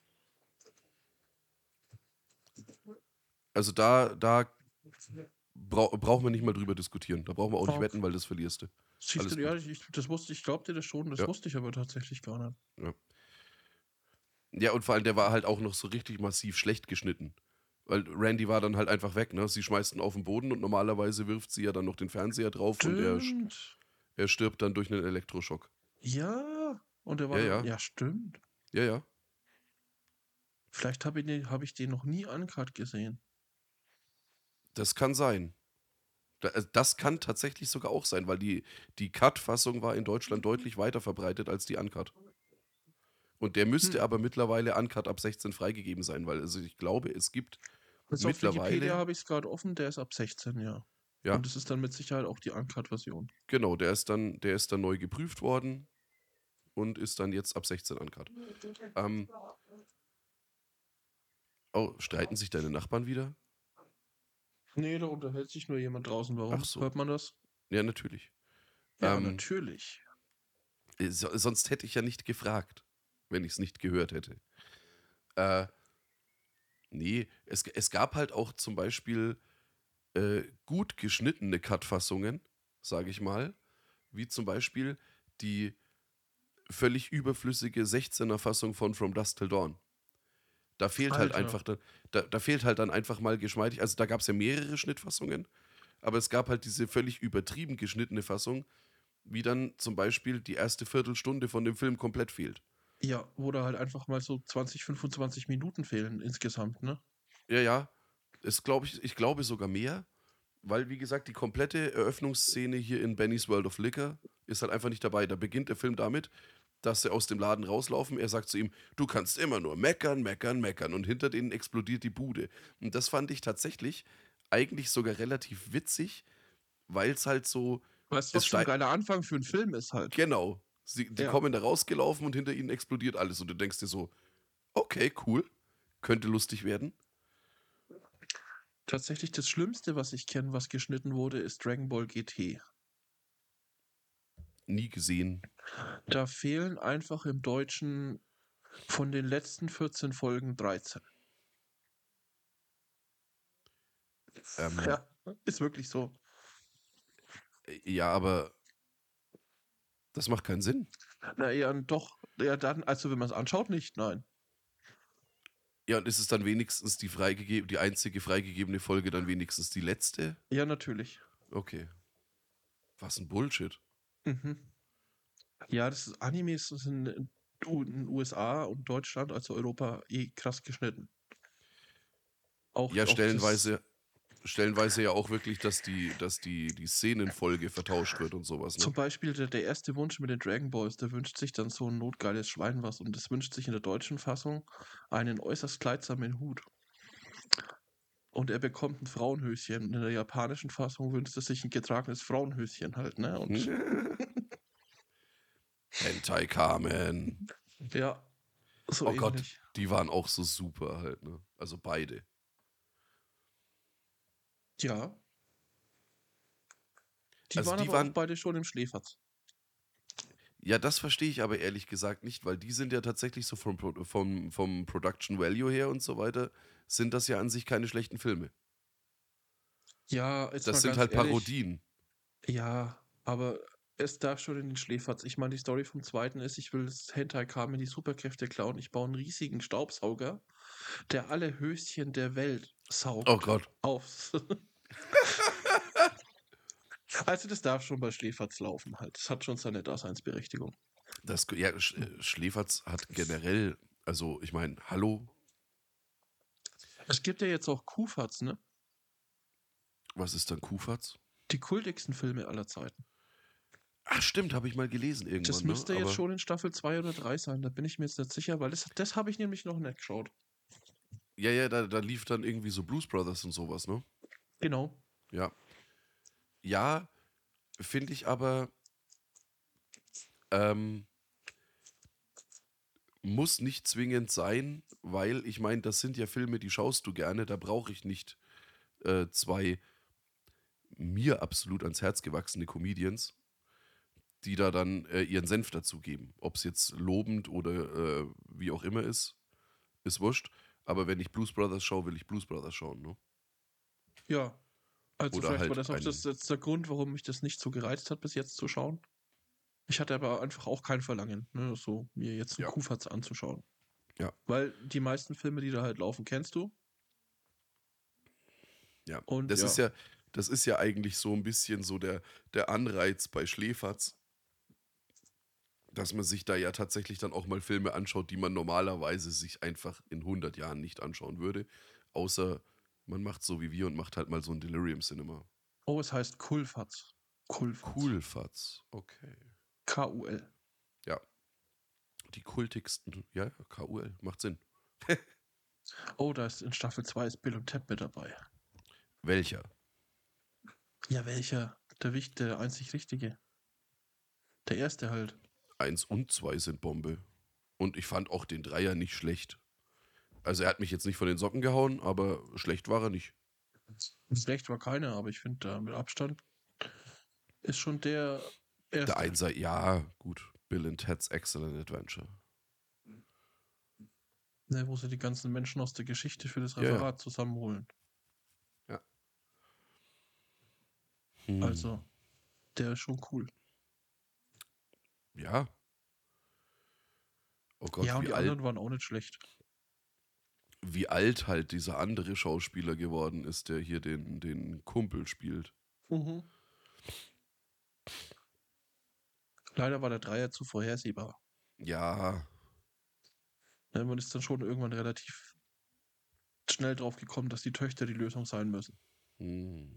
Also da brauchen wir nicht mal drüber diskutieren. Da brauchen wir auch nicht Okay. wetten, weil das verlierst du. Siehst Alles du, ja, gut. das wusste ich, glaubte das schon, das Ja, wusste ich aber tatsächlich gar nicht. ja. Ja, und vor allem, der war halt auch noch so richtig massiv schlecht geschnitten. Weil Randy war dann halt einfach weg, ne? Sie schmeißt ihn auf den Boden und normalerweise wirft sie ja dann noch den Fernseher drauf und Stimmt. er stirbt dann durch einen Elektroschock. Ja. Und er war Ja, dann, ja, ja, stimmt. ja, ja. Vielleicht hab ich den noch nie uncut gesehen. Das kann sein. Das kann tatsächlich sogar auch sein, weil die Cut-Fassung war in Deutschland deutlich weiter verbreitet als die Uncut. Und der Hm. müsste aber mittlerweile Uncut ab 16 freigegeben sein, weil also ich glaube, es gibt Jetzt auf Wikipedia mittlerweile, habe ich es gerade offen, der ist ab 16, ja. ja, Und es ist dann mit Sicherheit auch die Uncut-Version. genau, der ist dann neu geprüft worden und ist dann jetzt ab 16 Uncut. Ähm, oh, streiten sich deine Nachbarn wieder? Nee, da unterhält sich nur jemand draußen. Ach Warum? so. Hört man das? Ja, natürlich. Ja, Ähm, natürlich. sonst hätte ich ja nicht gefragt, wenn ich es nicht gehört hätte. Äh, nee, es gab halt auch zum Beispiel gut geschnittene Cut-Fassungen, sage ich mal, wie zum Beispiel die völlig überflüssige 16er Fassung von From Dusk Till Dawn. Da fehlt halt Alter. einfach, da fehlt halt dann einfach mal geschmeidig, also da gab es ja mehrere Schnittfassungen, aber es gab halt diese völlig übertrieben geschnittene Fassung, wie dann zum Beispiel die erste Viertelstunde von dem Film komplett fehlt. Ja, wo da halt einfach mal so 20, 25 Minuten fehlen insgesamt, ne? Ja, ja, ich glaube sogar mehr, weil, wie gesagt, die komplette Eröffnungsszene hier in Benny's World of Liquor ist halt einfach nicht dabei. Da beginnt der Film damit, dass sie aus dem Laden rauslaufen. Er sagt zu ihm, du kannst immer nur meckern, meckern, meckern. Und hinter denen explodiert die Bude. Und das fand ich tatsächlich eigentlich sogar relativ witzig, weil es halt so, Weißt du, was es schon ein steigt, geiler Anfang für einen Film ist halt? genau, die Ja. kommen da rausgelaufen und hinter ihnen explodiert alles. Und du denkst dir so, okay, cool, könnte lustig werden. Tatsächlich das Schlimmste, was ich kenne, was geschnitten wurde, ist Dragon Ball GT. Nie gesehen. Da fehlen einfach im Deutschen von den letzten 14 Folgen 13. Ähm, Ja, ist wirklich so. ja, aber das macht keinen Sinn. Na, eher doch, ja dann, also wenn man es anschaut, nicht, nein. Ja, und ist es dann wenigstens die einzige freigegebene Folge, dann wenigstens die letzte? Ja, natürlich. Okay. Was ein Bullshit. Mhm. Ja, Animes sind in den USA und Deutschland, also Europa, krass geschnitten. Ja, Auch das, stellenweise ja auch wirklich, dass die Szenenfolge vertauscht wird und sowas, ne? zum Beispiel der erste Wunsch mit den Dragon Balls, der wünscht sich dann so ein notgeiles Schwein was und das wünscht sich in der deutschen Fassung einen äußerst kleidsamen Hut. Und er bekommt ein Frauenhöschen. Und in der japanischen Fassung wünscht er sich ein getragenes Frauenhöschen halt, ne? Und Hentai Kamen. ja, so Oh Gott, ähnlich. die waren auch so super halt, ne? Also beide. Ja, die Also waren die aber auch waren, beide schon im Schläferz. ja, das verstehe ich aber ehrlich gesagt nicht, weil die sind ja tatsächlich so vom Production Value her und so weiter, sind das ja an sich keine schlechten Filme. Ja, jetzt mal Das sind ganz halt ehrlich, Parodien. ja, aber es darf schon in den Schläferz. Ich meine, die Story vom zweiten ist, ich will das Hentai Kamen die Superkräfte klauen. Ich baue einen riesigen Staubsauger, der alle Höschen der Welt Oh saugt Gott. auf. Also das darf schon bei Schläferz laufen halt. Das hat schon seine Daseinsberechtigung. Ja, Schläferz hat generell, also ich meine, hallo, Es gibt ja jetzt auch Kufatz, ne? was ist dann Kufatz? Die kultigsten Filme aller Zeiten. Ach stimmt, habe ich mal gelesen Das irgendwann, ne? müsste jetzt Aber schon in Staffel 2 oder 3 sein, da bin ich mir jetzt nicht sicher, weil das habe ich nämlich noch nicht geschaut. ja, ja, da lief dann irgendwie so Blues Brothers und sowas, ne? Genau. Ja. Ja, finde ich aber, ähm, muss nicht zwingend sein, weil ich meine, das sind ja Filme, die schaust du gerne, da brauche ich nicht zwei mir absolut ans Herz gewachsene Comedians, die da dann ihren Senf dazugeben. Ob es jetzt lobend oder wie auch immer ist wurscht. Aber wenn ich Blues Brothers schaue, will ich Blues Brothers schauen, ne? Ja. Also Oder vielleicht war halt das auch das einen. jetzt der Grund, warum mich das nicht so gereizt hat, bis jetzt zu schauen. Ich hatte aber einfach auch kein Verlangen, ne, so mir jetzt einen Ja, Kufatz anzuschauen. ja, Weil die meisten Filme, die da halt laufen, kennst du. ja. Und Das ist ja. ja, das ist ja eigentlich so ein bisschen so der Anreiz bei Schläferz, dass man sich da ja tatsächlich dann auch mal Filme anschaut, die man normalerweise sich einfach in 100 Jahren nicht anschauen würde. Außer man macht so wie wir und macht halt mal so ein Delirium Cinema. Oh, es heißt Kulfatz. Kulfatz. Coolfatz, okay. K-U-L. Ja, die kultigsten, ja, KUL, macht Sinn. Oh, da ist in Staffel 2 ist Bill und Ted mit dabei. Welcher? Ja, welcher? Der einzig richtige. Der erste halt. Eins und zwei sind Bombe. Und ich fand auch den Dreier nicht schlecht. Also er hat mich jetzt nicht von den Socken gehauen, aber schlecht war er nicht. Schlecht war keiner, aber ich finde, da mit Abstand ist schon der Der erste. Einser, ja, gut. Bill and Ted's Excellent Adventure. Ne, wo sie die ganzen Menschen aus der Geschichte für das Ja, ja. Referat zusammenholen. Ja. Hm. Also, der ist schon cool. Ja. Oh Ja, Gott, und die anderen waren auch nicht schlecht. wie alt halt dieser andere Schauspieler geworden ist, der hier den Kumpel spielt. Mhm. Leider war der Dreier zu vorhersehbar. Ja. Ne, man ist dann schon irgendwann relativ schnell drauf gekommen, dass die Töchter die Lösung sein müssen. Hm.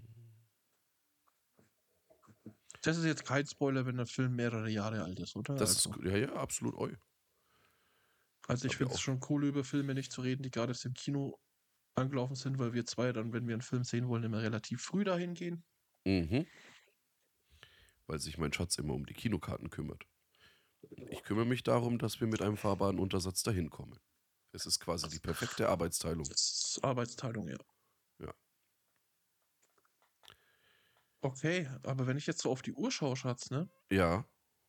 Das ist jetzt kein Spoiler, wenn der Film mehrere Jahre alt ist, oder? Das ist, Also, ja, ja, absolut eu. ich Hab ja finde es auch. schon cool, über Filme nicht zu reden, die gerade erst im Kino angelaufen sind, weil wir zwei dann, wenn wir einen Film sehen wollen, immer relativ früh dahin gehen. Mhm. Weil sich mein Schatz immer um die Kinokarten kümmert. Ich kümmere mich darum, dass wir mit einem fahrbaren Untersatz dahin kommen. Es ist quasi die perfekte Arbeitsteilung. Das ist Arbeitsteilung, ja. Ja. Okay, aber wenn ich jetzt so auf die Uhr schaue, Schatz, ne, Ja.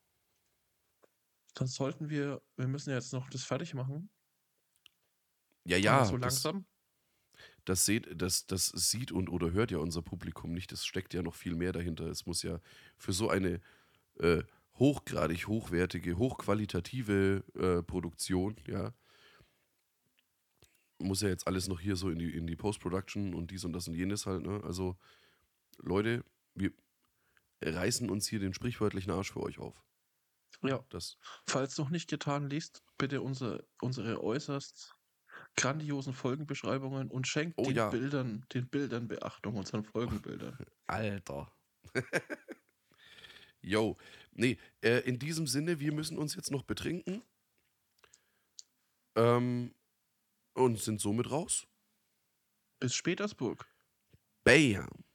dann wir müssen ja jetzt noch das fertig machen, Ja, aber ja, so das, langsam. das sieht und oder hört ja unser Publikum nicht. Es steckt ja noch viel mehr dahinter. Es muss ja für so eine äh, hochgradig hochwertige, hochqualitative Produktion, ja, muss ja jetzt alles noch hier so in die Post-Production und dies und das und jenes halt, ne? Also, Leute, wir reißen uns hier den sprichwörtlichen Arsch für euch auf. Ja. Das, Falls noch nicht getan, liest bitte unsere äußerst grandiosen Folgenbeschreibungen und schenkt oh ja, den Bildern Beachtung, unseren Folgenbildern. Alter. Yo, nee, in diesem Sinne, wir müssen uns jetzt noch betrinken und sind somit raus. Bis Spätersburg. Bam.